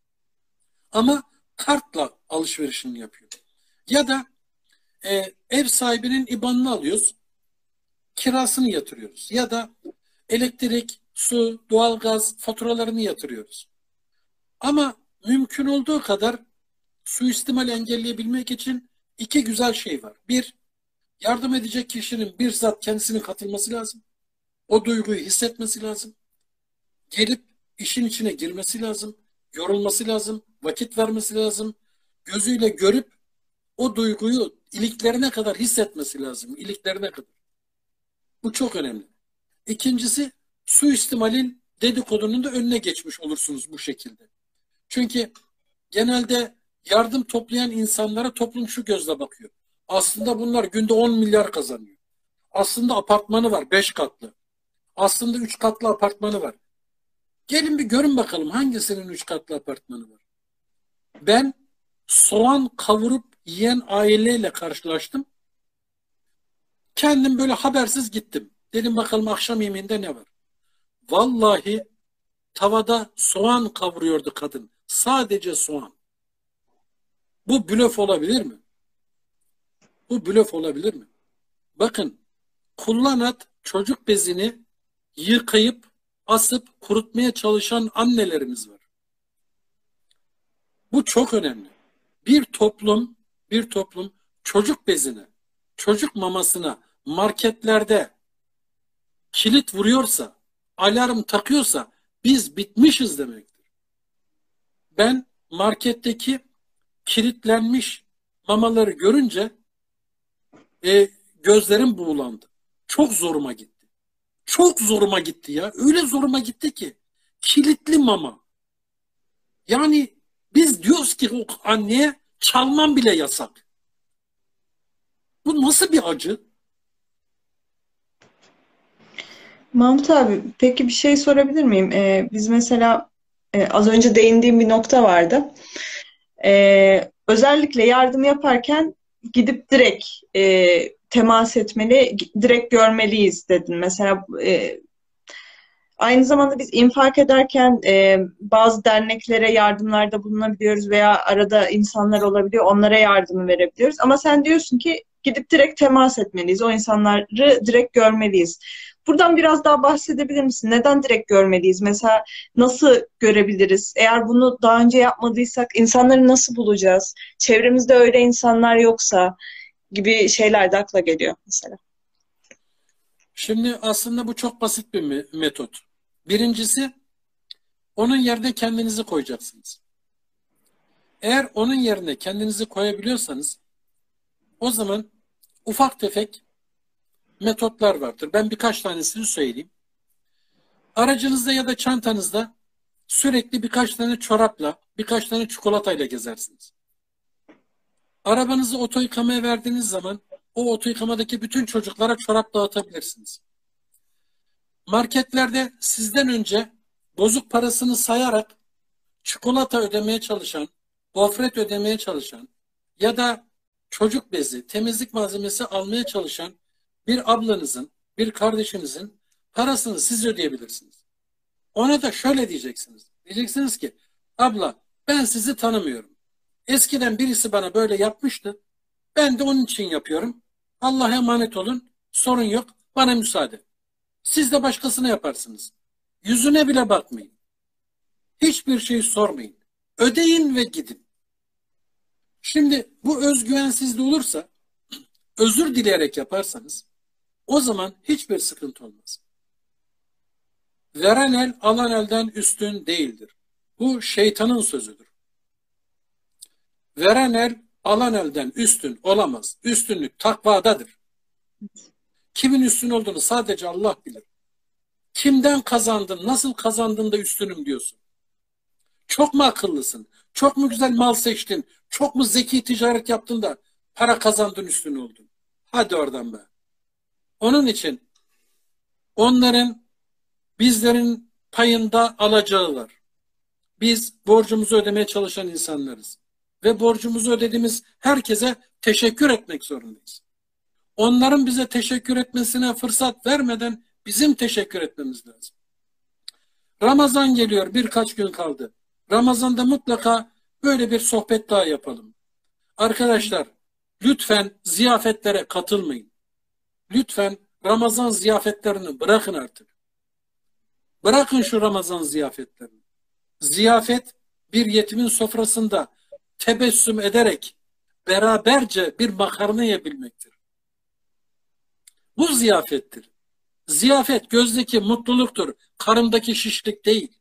Ama kartla alışverişini yapıyor. Ya da e, ev sahibinin ibanını alıyoruz. Kirasını yatırıyoruz. Ya da elektrik, su, doğalgaz faturalarını yatırıyoruz. Ama mümkün olduğu kadar suistimali engelleyebilmek için iki güzel şey var. Bir, yardım edecek kişinin bizzat kendisinin katılması lazım. O duyguyu hissetmesi lazım. Gelip işin içine girmesi lazım. Yorulması lazım. Vakit vermesi lazım. Gözüyle görüp o duyguyu iliklerine kadar hissetmesi lazım. İliklerine kadar. Bu çok önemli. İkincisi, suistimalin dedikodunun da önüne geçmiş olursunuz bu şekilde. Çünkü genelde yardım toplayan insanlara toplum şu gözle bakıyor. Aslında bunlar günde on milyar kazanıyor. Aslında apartmanı var beş katlı. Aslında üç katlı apartmanı var. Gelin bir görün bakalım hangisinin üç katlı apartmanı var. Ben soğan kavurup yiyen aileyle karşılaştım. Kendim böyle habersiz gittim. Dedim bakalım akşam yemeğinde ne var? Vallahi tavada soğan kavuruyordu kadın. Sadece soğan. Bu blöf olabilir mi? Bu blöf olabilir mi? Bakın, kullanat çocuk bezini yıkayıp asıp kurutmaya çalışan annelerimiz var. Bu çok önemli. Bir toplum, bir toplum çocuk bezine, çocuk mamasına marketlerde kilit vuruyorsa, alarm takıyorsa biz bitmişiz demektir. Ben marketteki kilitlenmiş mamaları görünce e, gözlerim buğulandı. Çok zoruma gitti. Çok zoruma gitti ya. Öyle zoruma gitti ki. Kilitli mama. Yani biz diyoruz ki o anneye çalman bile yasak. Bu nasıl bir acı? Mahmut abi, peki bir şey sorabilir miyim? Ee, biz mesela e, az önce değindiğim bir nokta vardı. Ee, özellikle yardım yaparken gidip direkt e, temas etmeli, direkt görmeliyiz dedin. Mesela e, aynı zamanda biz infak ederken e, bazı derneklere yardımlarda bulunabiliyoruz veya arada insanlar olabiliyor, onlara yardım verebiliyoruz. Ama sen diyorsun ki gidip direkt temas etmeliyiz, o insanları direkt görmeliyiz. Buradan biraz daha bahsedebilir misin? Neden direkt görmeliyiz? Mesela nasıl görebiliriz? Eğer bunu daha önce yapmadıysak insanları nasıl bulacağız? Çevremizde öyle insanlar yoksa gibi şeyler de akla geliyor mesela. Şimdi aslında bu çok basit bir me- metot. Birincisi, onun yerine kendinizi koyacaksınız. Eğer onun yerine kendinizi koyabiliyorsanız o zaman ufak tefek metotlar vardır. Ben birkaç tanesini söyleyeyim. Aracınızda ya da çantanızda sürekli birkaç tane çorapla, birkaç tane çikolatayla gezersiniz. Arabanızı oto yıkamaya verdiğiniz zaman o oto yıkamadaki bütün çocuklara çorap dağıtabilirsiniz. Marketlerde sizden önce bozuk parasını sayarak çikolata ödemeye çalışan, gofret ödemeye çalışan ya da çocuk bezi, temizlik malzemesi almaya çalışan bir ablanızın, bir kardeşinizin parasını siz ödeyebilirsiniz. Ona da şöyle diyeceksiniz. Diyeceksiniz ki, abla ben sizi tanımıyorum. Eskiden birisi bana böyle yapmıştı. Ben de onun için yapıyorum. Allah'a emanet olun. Sorun yok. Bana müsaade. Siz de başkasına yaparsınız. Yüzüne bile bakmayın. Hiçbir şey sormayın. Ödeyin ve gidin. Şimdi bu özgüven sizde olursa, özür dileyerek yaparsanız, o zaman hiçbir sıkıntı olmaz. Veren el alan elden üstün değildir. Bu şeytanın sözüdür. Veren el alan elden üstün olamaz. Üstünlük takvadadır. Kimin üstün olduğunu sadece Allah bilir. Kimden kazandın, nasıl kazandın da üstünüm diyorsun. Çok mu akıllısın? Çok mu güzel mal seçtin? Çok mu zeki ticaret yaptın da para kazandın, üstün oldun? Hadi oradan be. Onun için onların bizlerin payında alacağı var. Biz borcumuzu ödemeye çalışan insanlarız. Ve borcumuzu ödediğimiz herkese teşekkür etmek zorundayız. Onların bize teşekkür etmesine fırsat vermeden bizim teşekkür etmemiz lazım. Ramazan geliyor, birkaç gün kaldı. Ramazan'da mutlaka böyle bir sohbet daha yapalım. Arkadaşlar, lütfen ziyafetlere katılmayın. Lütfen Ramazan ziyafetlerini bırakın artık. Bırakın şu Ramazan ziyafetlerini. Ziyafet bir yetimin sofrasında tebessüm ederek beraberce bir makarna yiyebilmektir. Bu ziyafettir. Ziyafet gözdeki mutluluktur, karındaki şişlik değil.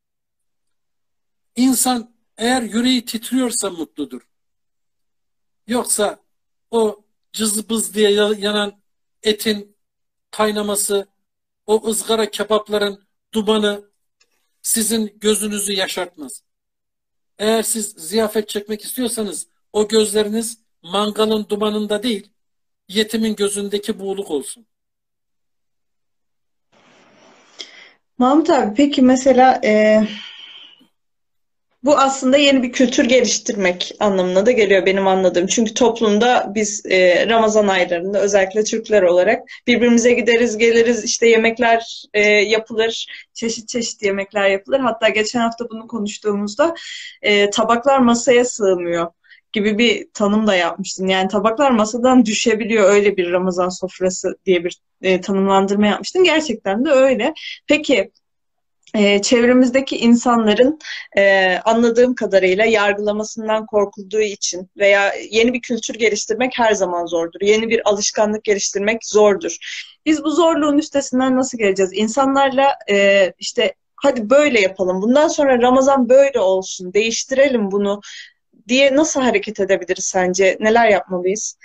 İnsan eğer yüreği titriyorsa mutludur. Yoksa o cızbız diye yanan etin kaynaması, o ızgara kebapların dumanı sizin gözünüzü yaşartmaz. Eğer siz ziyafet çekmek istiyorsanız o gözleriniz mangalın dumanında değil, yetimin gözündeki buğuluk olsun. Mahmut abi, peki mesela e, bu aslında yeni bir kültür geliştirmek anlamına da geliyor benim anladığım. Çünkü toplumda biz e, Ramazan aylarında özellikle Türkler olarak birbirimize gideriz, geliriz, işte yemekler e, yapılır, çeşit çeşit yemekler yapılır. Hatta geçen hafta bunu konuştuğumuzda e, tabaklar masaya sığmıyor gibi bir tanım da yapmıştın. Yani tabaklar masadan düşebiliyor, öyle bir Ramazan sofrası diye bir e, tanımlandırma yapmıştın. Gerçekten de öyle. Peki, Ee, çevremizdeki insanların e, anladığım kadarıyla yargılamasından korkulduğu için veya yeni bir kültür geliştirmek her zaman zordur. Yeni bir alışkanlık geliştirmek zordur. Biz bu zorluğun üstesinden nasıl geleceğiz? İnsanlarla e, işte hadi böyle yapalım, bundan sonra Ramazan böyle olsun, değiştirelim bunu diye nasıl hareket edebiliriz sence? Neler yapmalıyız?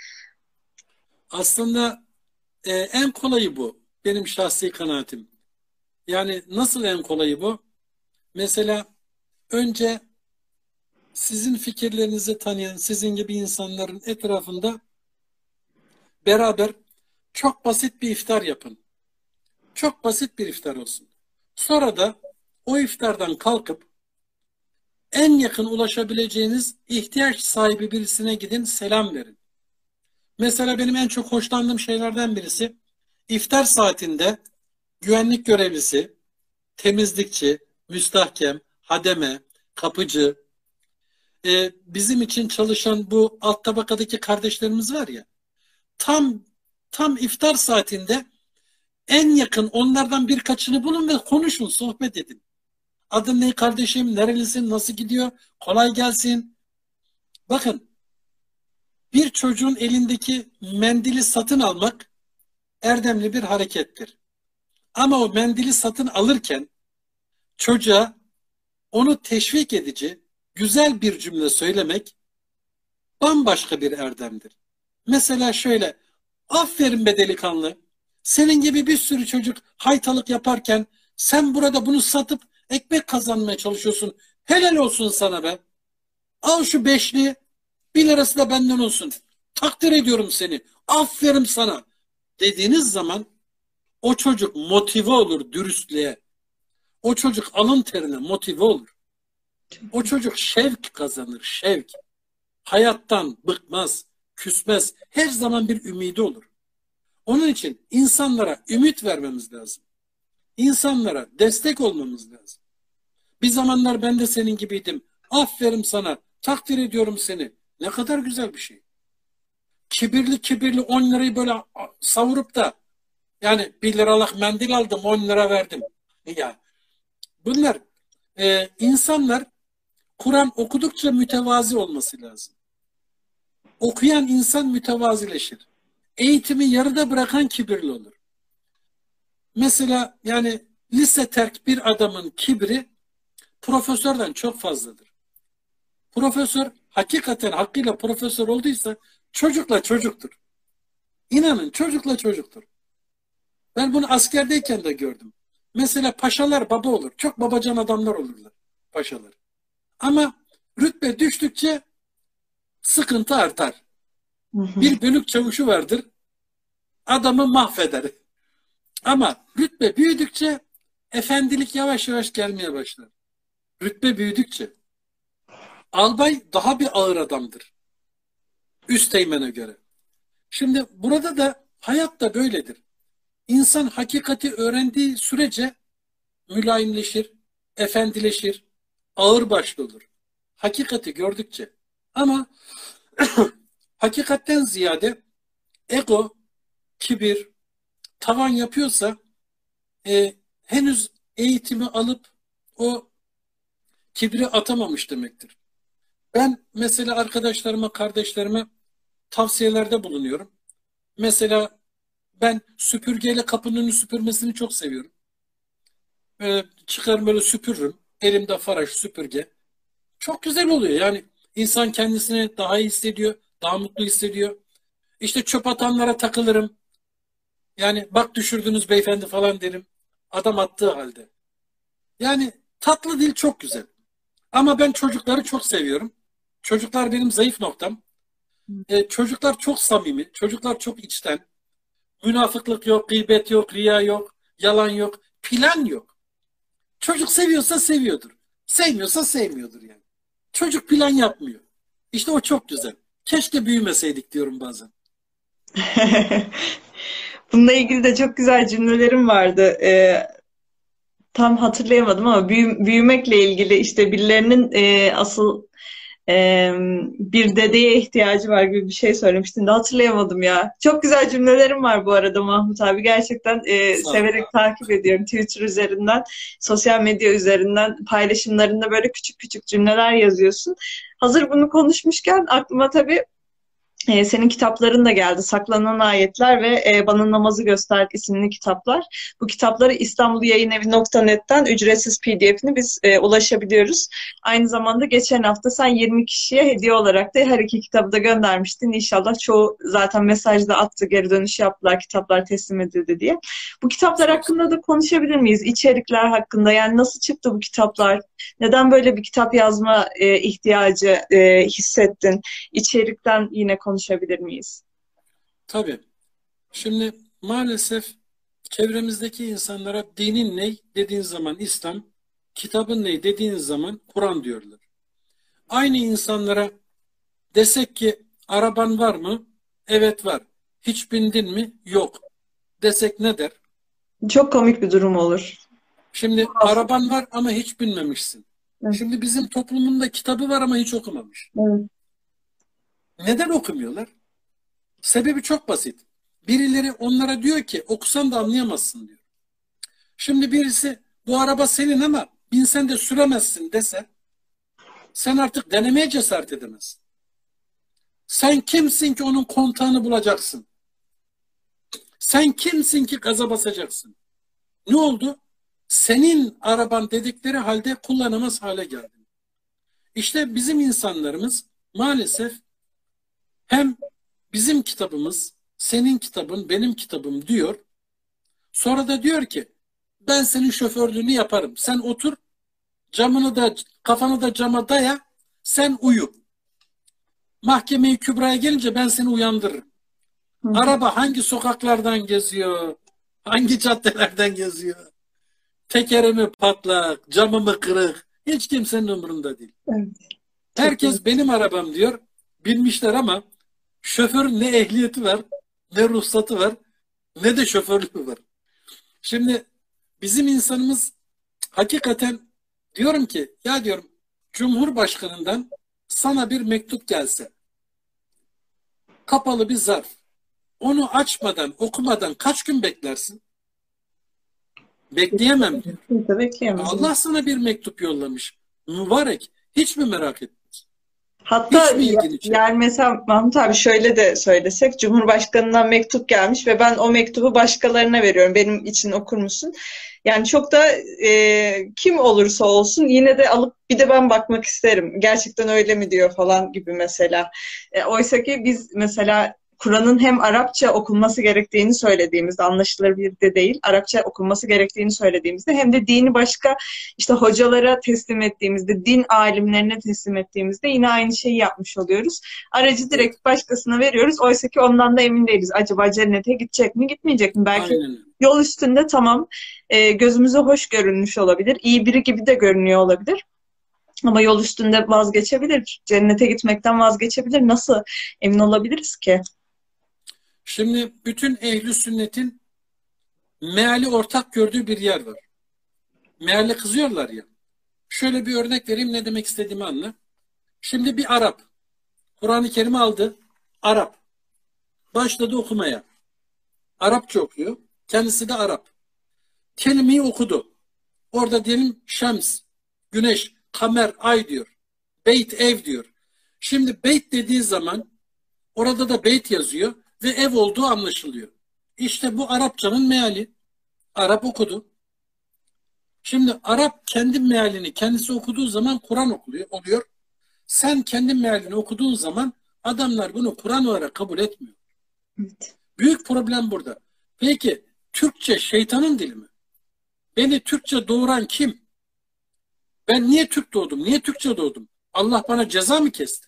Aslında e, en kolayı bu. Benim şahsi kanaatim. Yani nasıl en kolayı bu? Mesela önce sizin fikirlerinizi tanıyan, sizin gibi insanların etrafında beraber çok basit bir iftar yapın. Çok basit bir iftar olsun. Sonra da o iftardan kalkıp en yakın ulaşabileceğiniz ihtiyaç sahibi birisine gidin, selam verin. Mesela benim en çok hoşlandığım şeylerden birisi, iftar saatinde güvenlik görevlisi, temizlikçi, müstahkem, hademe, kapıcı, e, bizim için çalışan bu alt tabakadaki kardeşlerimiz var ya, tam tam iftar saatinde en yakın onlardan birkaçını bulun ve konuşun, sohbet edin. Adın ne kardeşim, nerelisin, nasıl gidiyor, kolay gelsin. Bakın, bir çocuğun elindeki mendili satın almak erdemli bir harekettir. Ama o mendili satın alırken çocuğa onu teşvik edici, güzel bir cümle söylemek bambaşka bir erdemdir. Mesela şöyle, aferin be delikanlı, senin gibi bir sürü çocuk haytalık yaparken sen burada bunu satıp ekmek kazanmaya çalışıyorsun. Helal olsun sana be. Al şu beşliği, bir lirası da benden olsun. Takdir ediyorum seni. Aferin sana dediğiniz zaman o çocuk motive olur dürüstlüğe. O çocuk alın terine motive olur. O çocuk şevk kazanır, şevk. Hayattan bıkmaz, küsmez. Her zaman bir ümidi olur. Onun için insanlara ümit vermemiz lazım. İnsanlara destek olmamız lazım. Bir zamanlar ben de senin gibiydim. Aferin sana, takdir ediyorum seni. Ne kadar güzel bir şey. Kibirli kibirli on lirayı böyle savurup da yani bir liralık mendil aldım on lira verdim. Ya bunlar e, insanlar Kur'an okudukça mütevazi olması lazım. Okuyan insan mütevazileşir. Eğitimi yarıda bırakan kibirli olur. Mesela yani lise terk bir adamın kibri profesörden çok fazladır. Profesör hakikaten hakkıyla profesör olduysa çocukla çocuktur. İnanın çocukla çocuktur. Ben bunu askerdeyken de gördüm. Mesela paşalar baba olur. Çok babacan adamlar olurlar paşalar. Ama rütbe düştükçe sıkıntı artar. Bir bölük çavuşu vardır. Adamı mahveder. Ama rütbe büyüdükçe efendilik yavaş yavaş gelmeye başlar. Rütbe büyüdükçe. Albay daha bir ağır adamdır. Üsteğmene göre. Şimdi burada da hayat da böyledir. İnsan hakikati öğrendiği sürece mülayimleşir, efendileşir, ağırbaşlı olur. Hakikati gördükçe. Ama hakikatten ziyade ego, kibir, tavan yapıyorsa e, henüz eğitimi alıp o kibri atamamış demektir. Ben mesela arkadaşlarıma, kardeşlerime tavsiyelerde bulunuyorum. Mesela ben süpürgeyle kapının önünü süpürmesini çok seviyorum. Böyle çıkarım böyle süpürürüm. Elimde faraş, süpürge. Çok güzel oluyor. Yani insan kendisini daha iyi hissediyor, daha mutlu hissediyor. İşte çöp atanlara takılırım. Yani bak düşürdünüz beyefendi falan derim. Adam attığı halde. Yani tatlı dil çok güzel. Ama ben çocukları çok seviyorum. Çocuklar benim zayıf noktam. Ee, çocuklar çok samimi. Çocuklar çok içten. Münafıklık yok, gıybet yok, riya yok, yalan yok, plan yok. Çocuk seviyorsa seviyordur. Sevmiyorsa sevmiyordur yani. Çocuk plan yapmıyor. İşte o çok güzel. Keşke büyümeseydik diyorum bazen. Bununla ilgili de çok güzel cümlelerim vardı. Ee, tam hatırlayamadım ama büyü- büyümekle ilgili işte birilerinin e, asıl e, bir dedeye ihtiyacı var gibi bir şey söylemiştin de hatırlayamadım ya. Çok güzel cümlelerim var bu arada Mahmut abi. Gerçekten e, Sağ ol. severek takip ediyorum. Twitter üzerinden, sosyal medya üzerinden paylaşımlarında böyle küçük küçük cümleler yazıyorsun. Hazır bunu konuşmuşken aklıma tabii e, senin kitapların da geldi. Saklanan Ayetler ve e, Bana Namazı Göster isimli kitaplar. Bu kitapları İstanbul Yayın Evi nokta net'ten ücretsiz P D F'ini biz e, ulaşabiliyoruz. Aynı zamanda geçen hafta sen yirmi kişiye hediye olarak da her iki kitabı da göndermiştin. İnşallah çoğu zaten mesajda attı, geri dönüş yaptılar, kitaplar teslim edildi diye. Bu kitaplar hakkında da konuşabilir miyiz? İçerikler hakkında, yani nasıl çıktı bu kitaplar? Neden böyle bir kitap yazma e, ihtiyacı e, hissettin? İçerikten yine konuşabilir miyiz? Tabii. Şimdi maalesef çevremizdeki insanlara dinin ne dediğin zaman İslam, kitabın ne dediğin zaman Kur'an diyorlar. Aynı insanlara desek ki araban var mı? Evet var. Hiç bindin mi? Yok. Desek ne der? Çok komik bir durum olur. Şimdi Aslında. araban var ama hiç binmemişsin. Evet. Şimdi bizim toplumunda kitabı var ama hiç okumamış. Evet. Neden okumuyorlar? Sebebi çok basit. Birileri onlara diyor ki okusan da anlayamazsın diyor. Şimdi birisi bu araba senin ama binsen de süremezsin dese sen artık denemeye cesaret edemezsin. Sen kimsin ki onun kontağını bulacaksın? Sen kimsin ki gaza basacaksın? Ne oldu? Senin araban dedikleri halde kullanamaz hale geldin. İşte bizim insanlarımız maalesef hem bizim kitabımız, senin kitabın, benim kitabım diyor. Sonra da diyor ki ben senin şoförlüğünü yaparım. Sen otur, camını da kafanı da cama daya, sen uyu. Mahkeme-i Kübra'ya gelince ben seni uyandırırım. Hı. Araba hangi sokaklardan geziyor, hangi caddelerden geziyor, tekeri mi patlak, camı mı kırık, hiç kimsenin umurunda değil. Evet. Çok Herkes benim arabam diyor, binmişler ama Şoförün ne ehliyeti var, ne ruhsatı var, ne de şoförlüğü var. Şimdi bizim insanımız hakikaten, diyorum ki ya diyorum, Cumhurbaşkanından sana bir mektup gelse, kapalı bir zarf, onu açmadan, okumadan kaç gün beklersin? Bekleyemem diyor. Kimse bekleyemez. Allah sana bir mektup yollamış. Mübarek. Hiç mi merak etmez? Hatta Hiç mi ilgini çekmez? yani mesela Mahmut abi şöyle de söylesek, Cumhurbaşkanından mektup gelmiş ve ben o mektubu başkalarına veriyorum. Benim için okur musun? Yani çok da e, kim olursa olsun yine de alıp bir de ben bakmak isterim. Gerçekten öyle mi diyor falan gibi mesela. E, oysa ki biz mesela Kur'an'ın hem Arapça okunması gerektiğini söylediğimizde, anlaşılabilir de değil, Arapça okunması gerektiğini söylediğimizde, hem de dini başka işte hocalara teslim ettiğimizde, din alimlerine teslim ettiğimizde yine aynı şeyi yapmış oluyoruz. Aracı direkt başkasına veriyoruz. Oysa ki ondan da emin değiliz. Acaba cennete gidecek mi, gitmeyecek mi? Belki Aynen öyle. yol üstünde tamam, e, gözümüze hoş görünmüş olabilir. İyi biri gibi de görünüyor olabilir. Ama yol üstünde vazgeçebilir. Cennete gitmekten vazgeçebilir. Nasıl emin olabiliriz ki? Şimdi bütün ehli sünnetin meali ortak gördüğü bir yer var. Meale kızıyorlar ya. Şöyle bir örnek vereyim, ne demek istediğimi anla. Şimdi bir Arap Kur'an-ı Kerim'i aldı. Arap. Başladı okumaya. Arapça okuyor. Kendisi de Arap. Kelimeyi okudu. Orada diyelim şems, güneş, kamer, ay diyor. Beyt, ev diyor. Şimdi beyt dediği zaman orada da beyt yazıyor ve ev olduğu anlaşılıyor. İşte bu Arapçanın meali. Arap okudu. Şimdi Arap kendi mealini kendisi okuduğu zaman Kur'an okuluyor, oluyor. Sen kendi mealini okuduğun zaman adamlar bunu Kur'an olarak kabul etmiyor. Evet. Büyük problem burada. Peki Türkçe şeytanın dili mi? Beni Türkçe doğuran kim? Ben niye Türk doğdum? Niye Türkçe doğdum? Allah bana ceza mı kesti?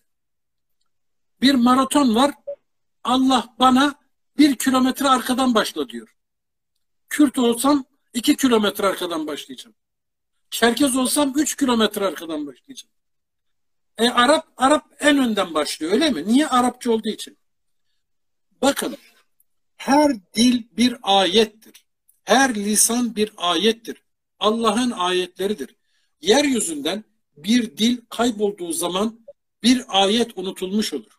Bir maraton var. Allah bana bir kilometre arkadan başla diyor. Kürt olsam iki kilometre arkadan başlayacağım. Çerkez olsam üç kilometre arkadan başlayacağım. E Arap, Arap en önden başlıyor, öyle mi? Niye? Arapça olduğu için. Bakın, her dil bir ayettir. Her lisan bir ayettir. Allah'ın ayetleridir. Yeryüzünden bir dil kaybolduğu zaman bir ayet unutulmuş olur.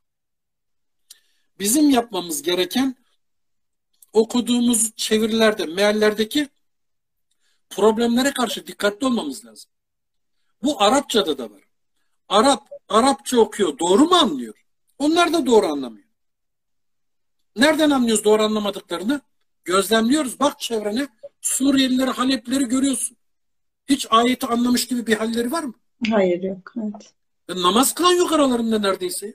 Bizim yapmamız gereken okuduğumuz çevirilerde, meallerdeki problemlere karşı dikkatli olmamız lazım. Bu Arapçada da var. Arap, Arapça okuyor, doğru mu anlıyor? Onlar da doğru anlamıyor. Nereden anlıyoruz doğru anlamadıklarını? Gözlemliyoruz. Bak çevrene, Suriyelileri, Haleplileri görüyorsun. Hiç ayeti anlamış gibi bir halleri var mı? Hayır, yok. Evet. E, namaz kılan yok aralarında neredeyse.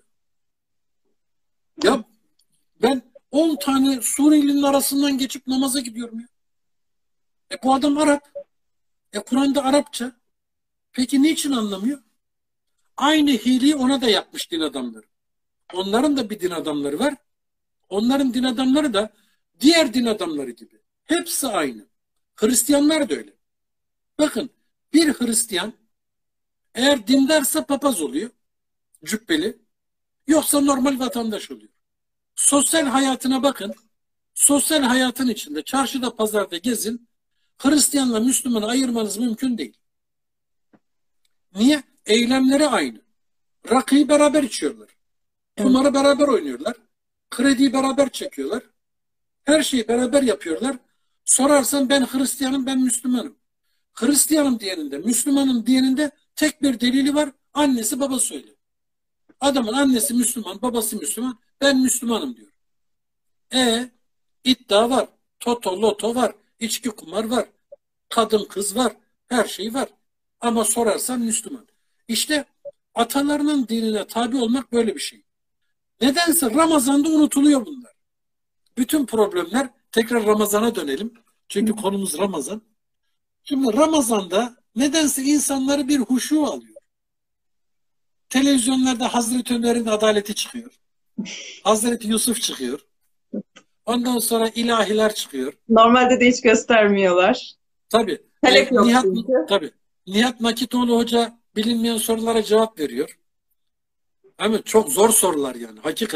Ya ben on tane Suriyelinin arasından geçip namaza gidiyorum ya. E bu adam Arap. E Kur'an'da Arapça. Peki niçin anlamıyor? Aynı hileyi ona da yapmış din adamları. Onların da bir din adamları var. Onların din adamları da diğer din adamları gibi. Hepsi aynı. Hristiyanlar da öyle. Bakın, bir Hristiyan eğer dindarsa papaz oluyor, cübbeli, yoksa normal vatandaş oluyor. Sosyal hayatına bakın. Sosyal hayatın içinde, çarşıda, pazarda gezin. Hristiyanla Müslümanı ayırmanız mümkün değil. Niye? Eylemleri aynı. Rakıyı beraber içiyorlar. Kumarı beraber oynuyorlar. Krediyi beraber çekiyorlar. Her şeyi beraber yapıyorlar. Sorarsan ben Hristiyanım, ben Müslümanım. Hristiyanım diyeninde, Müslümanım diyeninde tek bir delili var. Annesi babası öyle. Adamın annesi Müslüman, babası Müslüman. Ben Müslümanım diyor. E iddia var. Toto, loto var. İçki, kumar var. Kadın, kız var. Her şey var. Ama sorarsan Müslüman. İşte atalarının dinine tabi olmak böyle bir şey. Nedense Ramazan'da unutuluyor bunlar. Bütün problemler, tekrar Ramazan'a dönelim. Çünkü konumuz Ramazan. Şimdi Ramazan'da nedense insanları bir huşu alıyor. Televizyonlarda Hazreti Ömer'in adaleti çıkıyor. Hazreti Yusuf çıkıyor. Ondan sonra ilahiler çıkıyor. Normalde de hiç göstermiyorlar. Tabii. Talep E, yok Nihat, çünkü. tabii. Nihat Nakitoğlu Hoca bilinmeyen sorulara cevap veriyor. Ama çok zor sorular yani. Hakikaten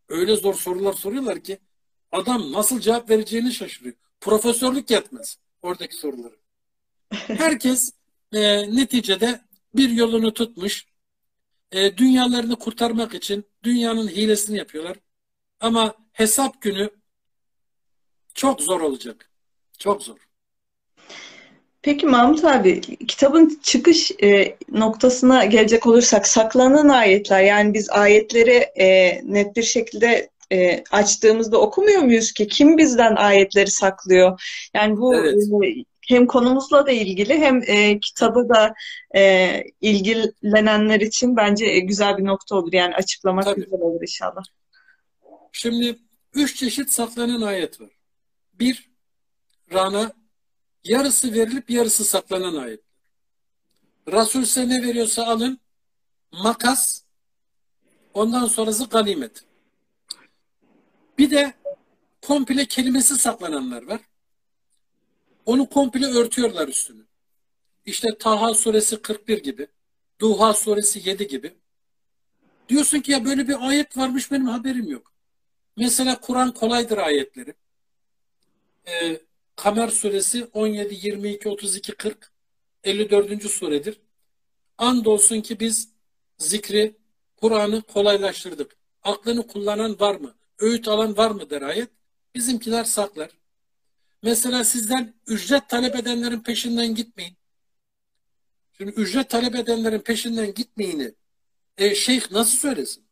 Öyle zor sorular soruyorlar ki adam nasıl cevap vereceğini şaşırıyor. Profesörlük yetmez oradaki soruları. Herkes e, neticede bir yolunu tutmuş. E, dünyalarını kurtarmak için dünyanın hilesini yapıyorlar. Ama hesap günü çok zor olacak. Çok zor. Peki Mahmut abi, kitabın çıkış e, noktasına gelecek olursak saklanan ayetler, yani biz ayetleri e, net bir şekilde e, açtığımızda okumuyor muyuz ki? Kim bizden ayetleri saklıyor? Yani bu Evet. e, hem konumuzla da ilgili hem e, kitabı da e, ilgilenenler için bence e, güzel bir nokta olur. Yani açıklamak Tabii. güzel olur inşallah. Şimdi üç çeşit saklanan ayet var. Bir, Rana yarısı verilip yarısı saklanan ayet. Resul size ne veriyorsa alın, makas, ondan sonrası ganimet. Bir de komple kelimesi saklananlar var. Onu komple örtüyorlar üstünü. İşte Taha suresi kırk bir gibi, Duha suresi yedi gibi. Diyorsun ki ya böyle bir ayet varmış, benim haberim yok. Mesela Kur'an kolaydır ayetleri. Ee, Kamer suresi on yedi, yirmi iki, otuz iki, kırk, elli dördüncü suredir. Andolsun ki biz zikri, Kur'an'ı kolaylaştırdık. Aklını kullanan var mı? Öğüt alan var mı der ayet. Bizimkiler saklar. Mesela sizden ücret talep edenlerin peşinden gitmeyin. Şimdi ücret talep edenlerin peşinden gitmeyini e, şeyh nasıl söylesin?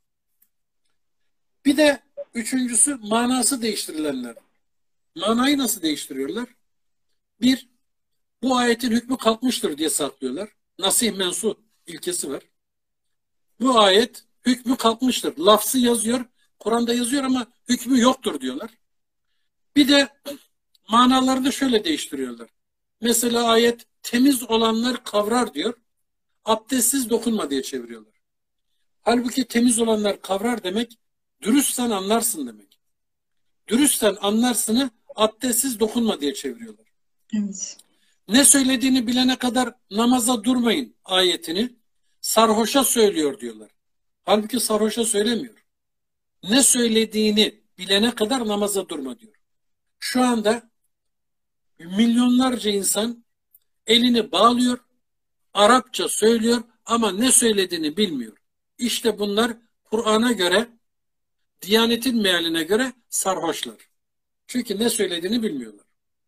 Bir de üçüncüsü manası değiştirilenler. Manayı nasıl değiştiriyorlar? Bir, bu ayetin hükmü kalkmıştır diye saklıyorlar. Nasih mensuh ilkesi var. Bu ayet hükmü kalkmıştır. Lafzı yazıyor, Kur'an'da yazıyor ama hükmü yoktur diyorlar. Bir de manalarını şöyle değiştiriyorlar. Mesela ayet temiz olanlar kavrar diyor. Abdestsiz dokunma diye çeviriyorlar. Halbuki temiz olanlar kavrar demek, dürüstten anlarsın demek. Dürüstten anlarsını abdestsiz dokunma diye çeviriyorlar. Evet. Ne söylediğini bilene kadar namaza durmayın ayetini sarhoşa söylüyor diyorlar. Halbuki sarhoşa söylemiyor. Ne söylediğini bilene kadar namaza durma diyor. Şu anda milyonlarca insan elini bağlıyor, Arapça söylüyor ama ne söylediğini bilmiyor. İşte bunlar Kur'an'a göre, Diyanet'in mealine göre sarhoşlar. Çünkü ne söylediğini bilmiyorlar.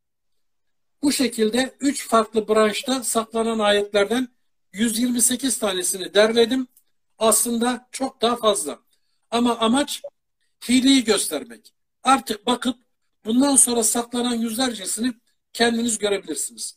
Bu şekilde üç farklı branşta saklanan ayetlerden yüz yirmi sekiz tanesini derledim. Aslında çok daha fazla. Ama amaç hileyi göstermek. Artık bakıp bundan sonra saklanan yüzlercesini kendiniz görebilirsiniz.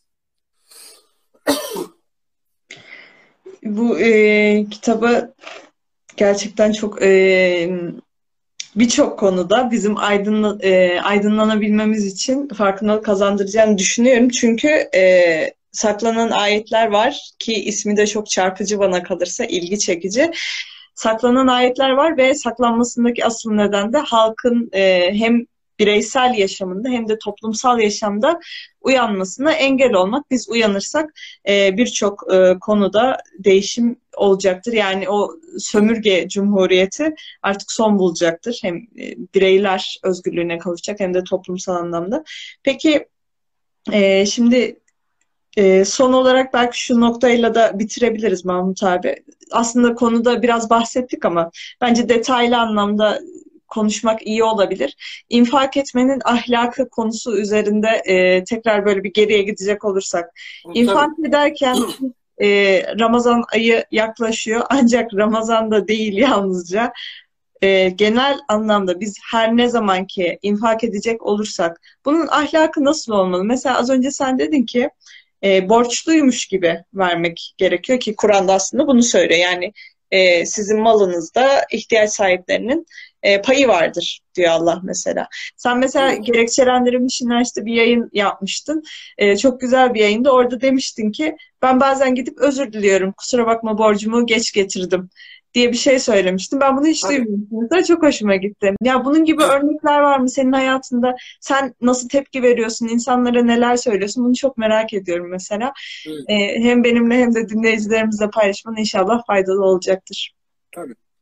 Bu e, kitabı gerçekten çok e, birçok konuda bizim aydınla, e, aydınlanabilmemiz için farkındalık kazandıracağını düşünüyorum. Çünkü e, saklanan ayetler var ki ismi de çok çarpıcı, bana kalırsa ilgi çekici. Saklanan ayetler var ve saklanmasındaki asıl neden de halkın e, hem bireysel yaşamında hem de toplumsal yaşamda uyanmasına engel olmak. Biz uyanırsak e, birçok e, konuda değişim olacaktır. Yani o sömürge cumhuriyeti artık son bulacaktır. Hem e, bireyler özgürlüğüne kavuşacak hem de toplumsal anlamda. Peki e, şimdi e, son olarak belki şu noktayla da bitirebiliriz Mahmut abi. Aslında konuda biraz bahsettik ama bence detaylı anlamda konuşmak iyi olabilir. İnfak etmenin ahlakı konusu üzerinde e, tekrar böyle bir geriye gidecek olursak. İnfak Tabii. ederken e, Ramazan ayı yaklaşıyor ancak Ramazan'da değil yalnızca. E, genel anlamda biz her ne zaman ki infak edecek olursak bunun ahlakı nasıl olmalı? Mesela az önce sen dedin ki e, borçluymuş gibi vermek gerekiyor ki Kur'an'da aslında bunu söylüyor. Yani e, sizin malınızda ihtiyaç sahiplerinin e, payı vardır diyor Allah mesela. Sen mesela Evet. gerekçelendirilmiş işte bir yayın yapmıştın. E, çok güzel bir yayında. Orada demiştin ki ben bazen gidip özür diliyorum. Kusura bakma borcumu geç getirdim diye bir şey söylemiştim. Ben bunu hiç Tabii. duymamıştım. Mesela çok hoşuma gitti. Ya bunun gibi örnekler var mı senin hayatında? Sen nasıl tepki veriyorsun? İnsanlara neler söylüyorsun? Bunu çok merak ediyorum mesela. Evet. Ee, hem benimle hem de dinleyicilerimizle paylaşman inşallah faydalı olacaktır. Tabii.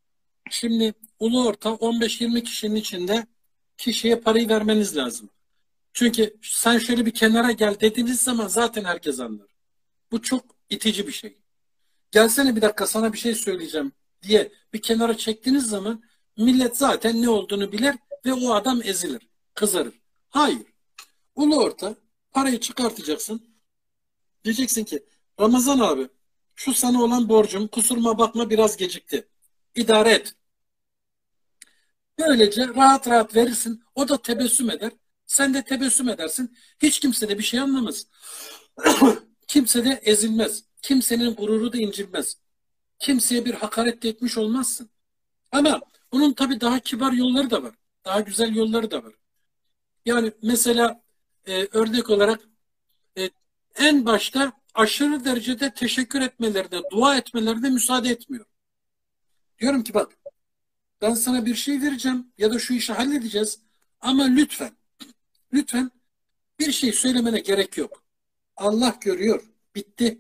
Şimdi ulu orta on beş yirmi kişinin içinde kişiye parayı vermeniz lazım. Çünkü sen şöyle bir kenara gel dediğiniz zaman zaten herkes anlar. Bu çok itici bir şey. Gelsene bir dakika sana bir şey söyleyeceğim diye bir kenara çektiğiniz zaman millet zaten ne olduğunu bilir ve o adam ezilir, kızarır. Hayır. Ulu orta parayı çıkartacaksın. Diyeceksin ki Ramazan abi şu sana olan borcum kusuruma bakma biraz gecikti. İdare et. Böylece rahat rahat verirsin. O da tebessüm eder. Sen de tebessüm edersin. Hiç kimse de bir şey anlamaz. Kimse de ezilmez. Kimsenin gururu da incilmez. Kimseye bir hakaret de etmiş olmazsın. Ama bunun tabii daha kibar yolları da var. Daha güzel yolları da var. Yani mesela e, örnek olarak e, en başta aşırı derecede teşekkür etmelerine, dua etmelerine müsaade etmiyor. Diyorum ki bak ben sana bir şey vereceğim ya da şu işi halledeceğiz ama lütfen, lütfen bir şey söylemene gerek yok. Allah görüyor. Bitti.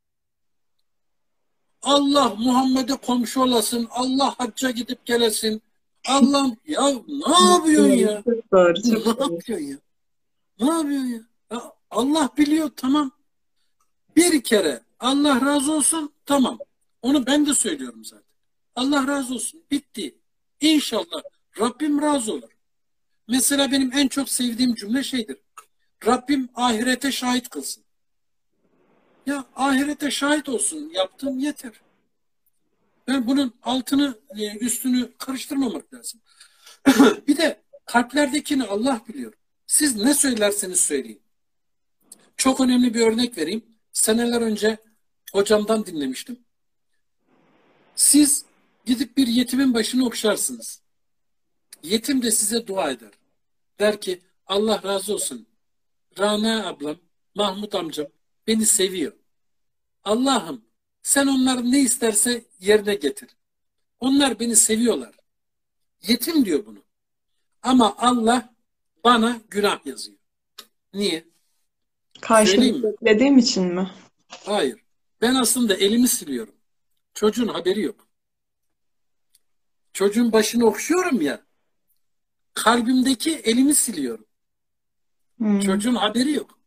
Allah Muhammed'e komşu olasın. Allah hacca gidip gelesin. Allah'ım ya ne yapıyorsun ya? Çok doğru, Ne çok doğru. yapıyorsun ya? Ne yapıyorsun ya? Ya Allah biliyor tamam. Bir kere Allah razı olsun tamam. Onu ben de söylüyorum zaten. Allah razı olsun. Bitti. İnşallah Rabbim razı olur. Mesela benim en çok sevdiğim cümle şeydir. Rabbim ahirete şahit kılsın. Ya ahirete şahit olsun. Yaptığım yeter. Ben bunun altını, e, üstünü karıştırmamak lazım. Bir de kalplerdekini Allah biliyor. Siz ne söylerseniz söyleyin. Çok önemli bir örnek vereyim. Seneler önce hocamdan dinlemiştim. Siz gidip bir yetimin başını okşarsınız. Yetim de size dua eder. Der ki Allah razı olsun. Rana ablam, Mahmut amcam beni seviyor. Allah'ım sen onların ne isterse yerine getir. Onlar beni seviyorlar. Yetim diyor bunu. Ama Allah bana günah yazıyor. Niye? Söyleyeyim Karşılık mi? beklediğim için mi? Hayır. Ben aslında elimi siliyorum. Çocuğun haberi yok. Çocuğun başını okşuyorum ya. Kalbimdeki elimi siliyorum. Hmm. Çocuğun haberi yok.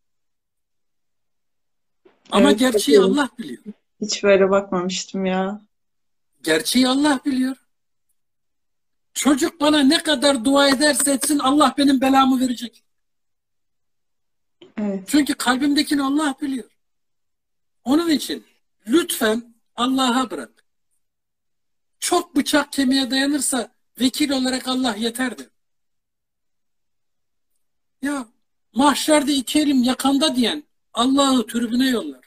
Ama Evet, gerçeği bakıyorum. Allah biliyor. Hiç böyle bakmamıştım ya. Gerçeği Allah biliyor. Çocuk bana ne kadar dua ederse etsin Allah benim belamı verecek. Evet. Çünkü kalbimdekini Allah biliyor. Onun için lütfen Allah'a bırak. Çok bıçak kemiğe dayanırsa vekil olarak Allah yeterdir. Ya mahşerde iki elim yakanda diyen Allah'ı tribüne yollar.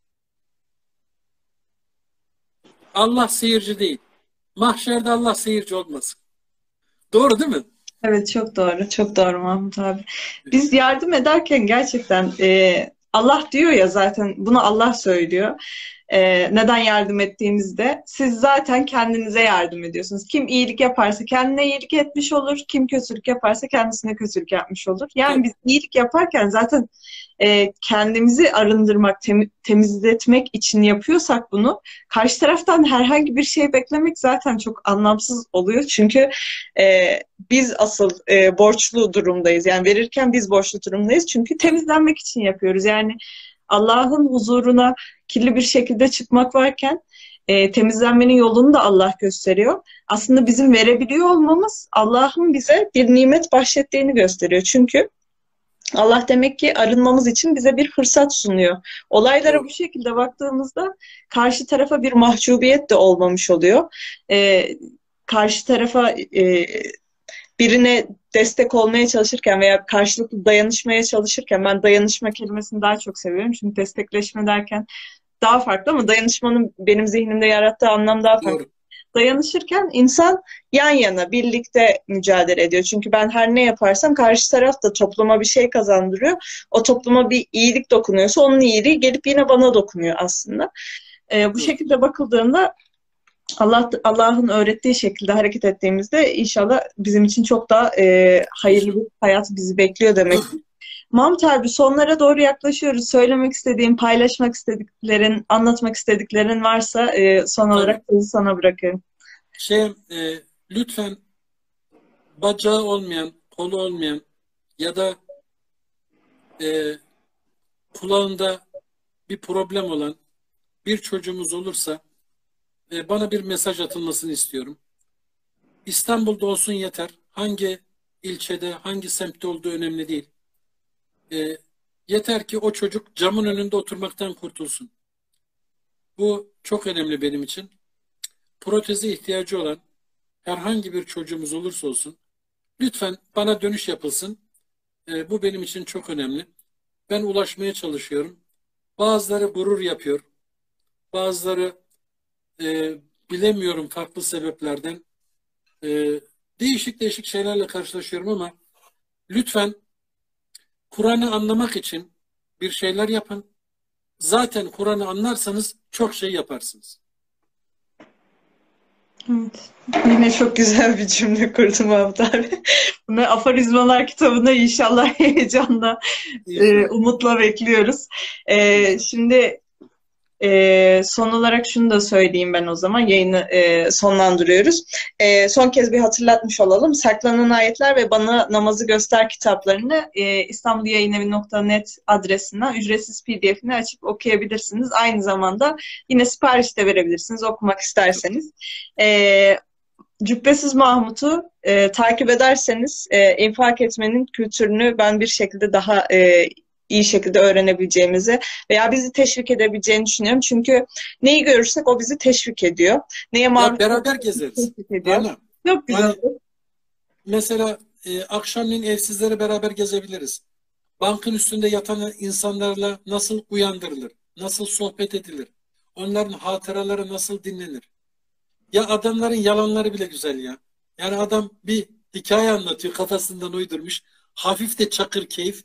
Allah seyirci değil. Mahşerde Allah seyirci olmasın. Doğru değil mi? Evet, çok doğru. Çok doğru Mahmut abi. Biz yardım ederken gerçekten e, Allah diyor ya, zaten bunu Allah söylüyor. E, neden yardım ettiğimizde siz zaten kendinize yardım ediyorsunuz. Kim iyilik yaparsa kendine iyilik etmiş olur. Kim kötülük yaparsa kendisine kötülük yapmış olur. Yani Tabii. biz iyilik yaparken zaten e, kendimizi arındırmak, temi- temizletmek için yapıyorsak bunu, karşı taraftan herhangi bir şey beklemek zaten çok anlamsız oluyor. Çünkü e, biz asıl e, borçlu durumdayız. Yani verirken biz borçlu durumdayız. Çünkü temizlenmek için yapıyoruz. Yani Allah'ın huzuruna kirli bir şekilde çıkmak varken e, temizlenmenin yolunu da Allah gösteriyor. Aslında bizim verebiliyor olmamız Allah'ın bize bir nimet bahşettiğini gösteriyor. Çünkü Allah demek ki arınmamız için bize bir fırsat sunuyor. Olaylara Doğru. bu şekilde baktığımızda karşı tarafa bir mahcubiyet de olmamış oluyor. E, karşı tarafa e, birine destek olmaya çalışırken veya karşılıklı dayanışmaya çalışırken, ben dayanışma kelimesini daha çok seviyorum. Çünkü destekleşme derken daha farklı ama dayanışmanın benim zihnimde yarattığı anlam daha farklı. Doğru. Dayanışırken insan yan yana, birlikte mücadele ediyor. Çünkü ben her ne yaparsam karşı taraf da topluma bir şey kazandırıyor. O topluma bir iyilik dokunuyorsa onun iyiliği gelip yine bana dokunuyor aslında. Ee, bu Doğru. şekilde bakıldığında Allah Allah'ın öğrettiği şekilde hareket ettiğimizde inşallah bizim için çok daha e, hayırlı bir hayat bizi bekliyor demek. Mahmut abi, sonlara doğru yaklaşıyoruz. Söylemek istediğin, paylaşmak istediklerin, anlatmak istediklerin varsa e, son Tabii. olarak sözü sana bırakıyorum. Şey, e, lütfen bacağı olmayan, kolu olmayan ya da e, kulağında bir problem olan bir çocuğumuz olursa e, bana bir mesaj atılmasını istiyorum. İstanbul'da olsun yeter. Hangi ilçede, hangi semtte olduğu önemli değil. E, Yeter ki o çocuk camın önünde oturmaktan kurtulsun. Bu çok önemli benim için. Proteze ihtiyacı olan herhangi bir çocuğumuz olursa olsun, lütfen bana dönüş yapılsın. E, bu benim için çok önemli. Ben ulaşmaya çalışıyorum. Bazıları gurur yapıyor. Bazıları e, bilemiyorum farklı sebeplerden. E, Değişik değişik şeylerle karşılaşıyorum ama lütfen Kur'an'ı anlamak için bir şeyler yapın. Zaten Kur'an'ı anlarsanız çok şey yaparsınız. Evet. Yine çok güzel bir cümle kurdum Mahmut abi. Bunu Aforizmalar kitabına inşallah heyecanla, e, İnşallah. umutla bekliyoruz. E, İnşallah. şimdi e, son olarak şunu da söyleyeyim ben o zaman. Yayını e, sonlandırıyoruz. E, son kez bir hatırlatmış olalım. Saklanan Ayetler ve Bana Namazı Göster kitaplarını e, istanbul yayınevi nokta net adresinden ücretsiz P D F'ini açıp okuyabilirsiniz. Aynı zamanda yine sipariş de verebilirsiniz okumak isterseniz. E, Cübbesiz Mahmut'u e, takip ederseniz e, infak etmenin kültürünü ben bir şekilde daha e, iyi şekilde öğrenebileceğimizi veya bizi teşvik edebileceğini düşünüyorum. Çünkü neyi görürsek o bizi teşvik ediyor. Neye Ya maruz beraber gezeriz. teşvik ediyor. Rana. Çok güzel. Hani mesela e, akşamleyin evsizleri beraber gezebiliriz. Bankın üstünde yatan insanlarla nasıl uyandırılır? Nasıl sohbet edilir? Onların hatıraları nasıl dinlenir? Ya adamların yalanları bile güzel ya. Yani adam bir hikaye anlatıyor, kafasından uydurmuş. Hafif de çakır keyif.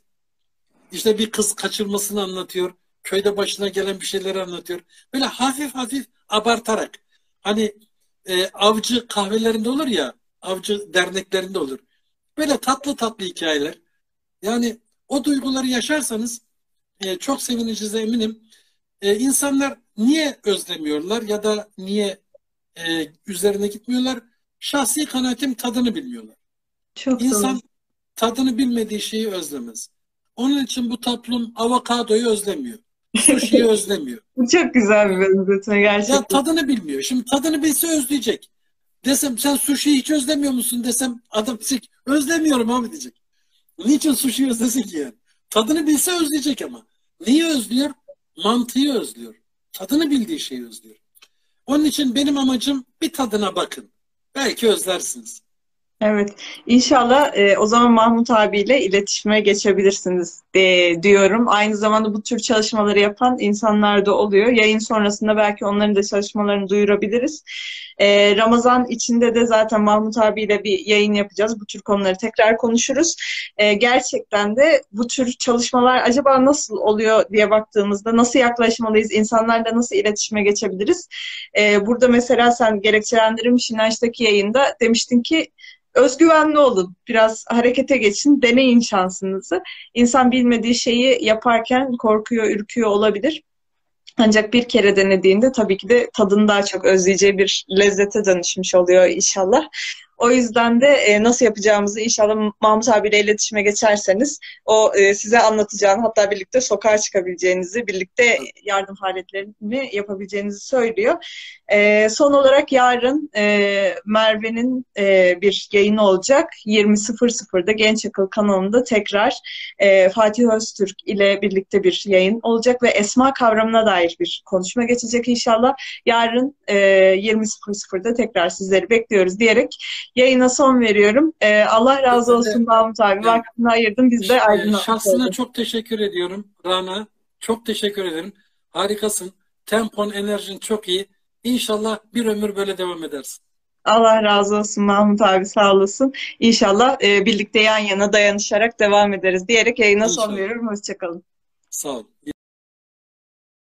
İşte bir kız kaçırmasını anlatıyor. Köyde başına gelen bir şeyleri anlatıyor. Böyle hafif hafif abartarak. Hani e, avcı kahvelerinde olur ya, avcı derneklerinde olur. Böyle tatlı tatlı hikayeler. Yani o duyguları yaşarsanız e, çok sevineceğize eminim. E, insanlar niye özlemiyorlar ya da niye e, üzerine gitmiyorlar? Şahsi kanaatim tadını bilmiyorlar. Çok doğru. İnsan tadını bilmediği şeyi özlemez. Onun için bu toplum avokadoyu özlemiyor. Sushi'yi özlemiyor. Bu çok güzel bir benzetme Ya gerçekten. tadını bilmiyor. Şimdi tadını bilse özleyecek. Desem sen sushi'yi hiç özlemiyor musun desem adam diyecek özlemiyorum abi diyecek. Niçin sushi'yi özlesin ki yani? Tadını bilse özleyecek ama. Neyi özlüyor? Mantığı özlüyor. Tadını bildiği şeyi özlüyor. Onun için benim amacım bir tadına bakın. Belki özlersiniz. Evet, inşallah e, o zaman Mahmut abiyle iletişime geçebilirsiniz e, diyorum. Aynı zamanda bu tür çalışmaları yapan insanlar da oluyor. Yayın sonrasında belki onların da çalışmalarını duyurabiliriz. E, Ramazan içinde de zaten Mahmut abiyle bir yayın yapacağız. Bu tür konuları tekrar konuşuruz. E, gerçekten de bu tür çalışmalar acaba nasıl oluyor diye baktığımızda nasıl yaklaşmalıyız, insanlarla nasıl iletişime geçebiliriz? E, burada mesela sen gerekçelendirilmiş inançtaki yayında demiştin ki özgüvenli olun, biraz harekete geçin, deneyin şansınızı. İnsan bilmediği şeyi yaparken korkuyor, ürküyor olabilir. Ancak bir kere denediğinde tabii ki de tadını daha çok özleyeceği bir lezzete dönüşmüş oluyor inşallah. O yüzden de e, nasıl yapacağımızı inşallah Mahmut abiyle iletişime geçerseniz o e, size anlatacağını hatta birlikte sokağa çıkabileceğinizi, birlikte yardım faaliyetlerini yapabileceğinizi söylüyor. E, son olarak yarın e, Merve'nin e, bir yayını olacak. yirmi sıfır sıfırda Genç Akıl kanalında tekrar e, Fatih Öztürk ile birlikte bir yayın olacak ve esma kavramına dair bir konuşma geçecek inşallah. Yarın e, yirmi sıfır sıfırda tekrar sizleri bekliyoruz diyerek yayına son veriyorum. E, Allah razı Ben de olsun Mahmut abi. e, Vaktini ayırdın. Biz de e, aydınlatmış şahsına olduk. çok teşekkür ediyorum Rana. Çok teşekkür ederim. Harikasın. Tempon, enerjin çok iyi. İnşallah bir ömür böyle devam edersin. Allah razı olsun Mahmut abi sağ olasın. İnşallah e, birlikte yan yana dayanışarak devam ederiz diyerek yayına son İnşallah. veriyorum. Hoşçakalın. Sağ ol.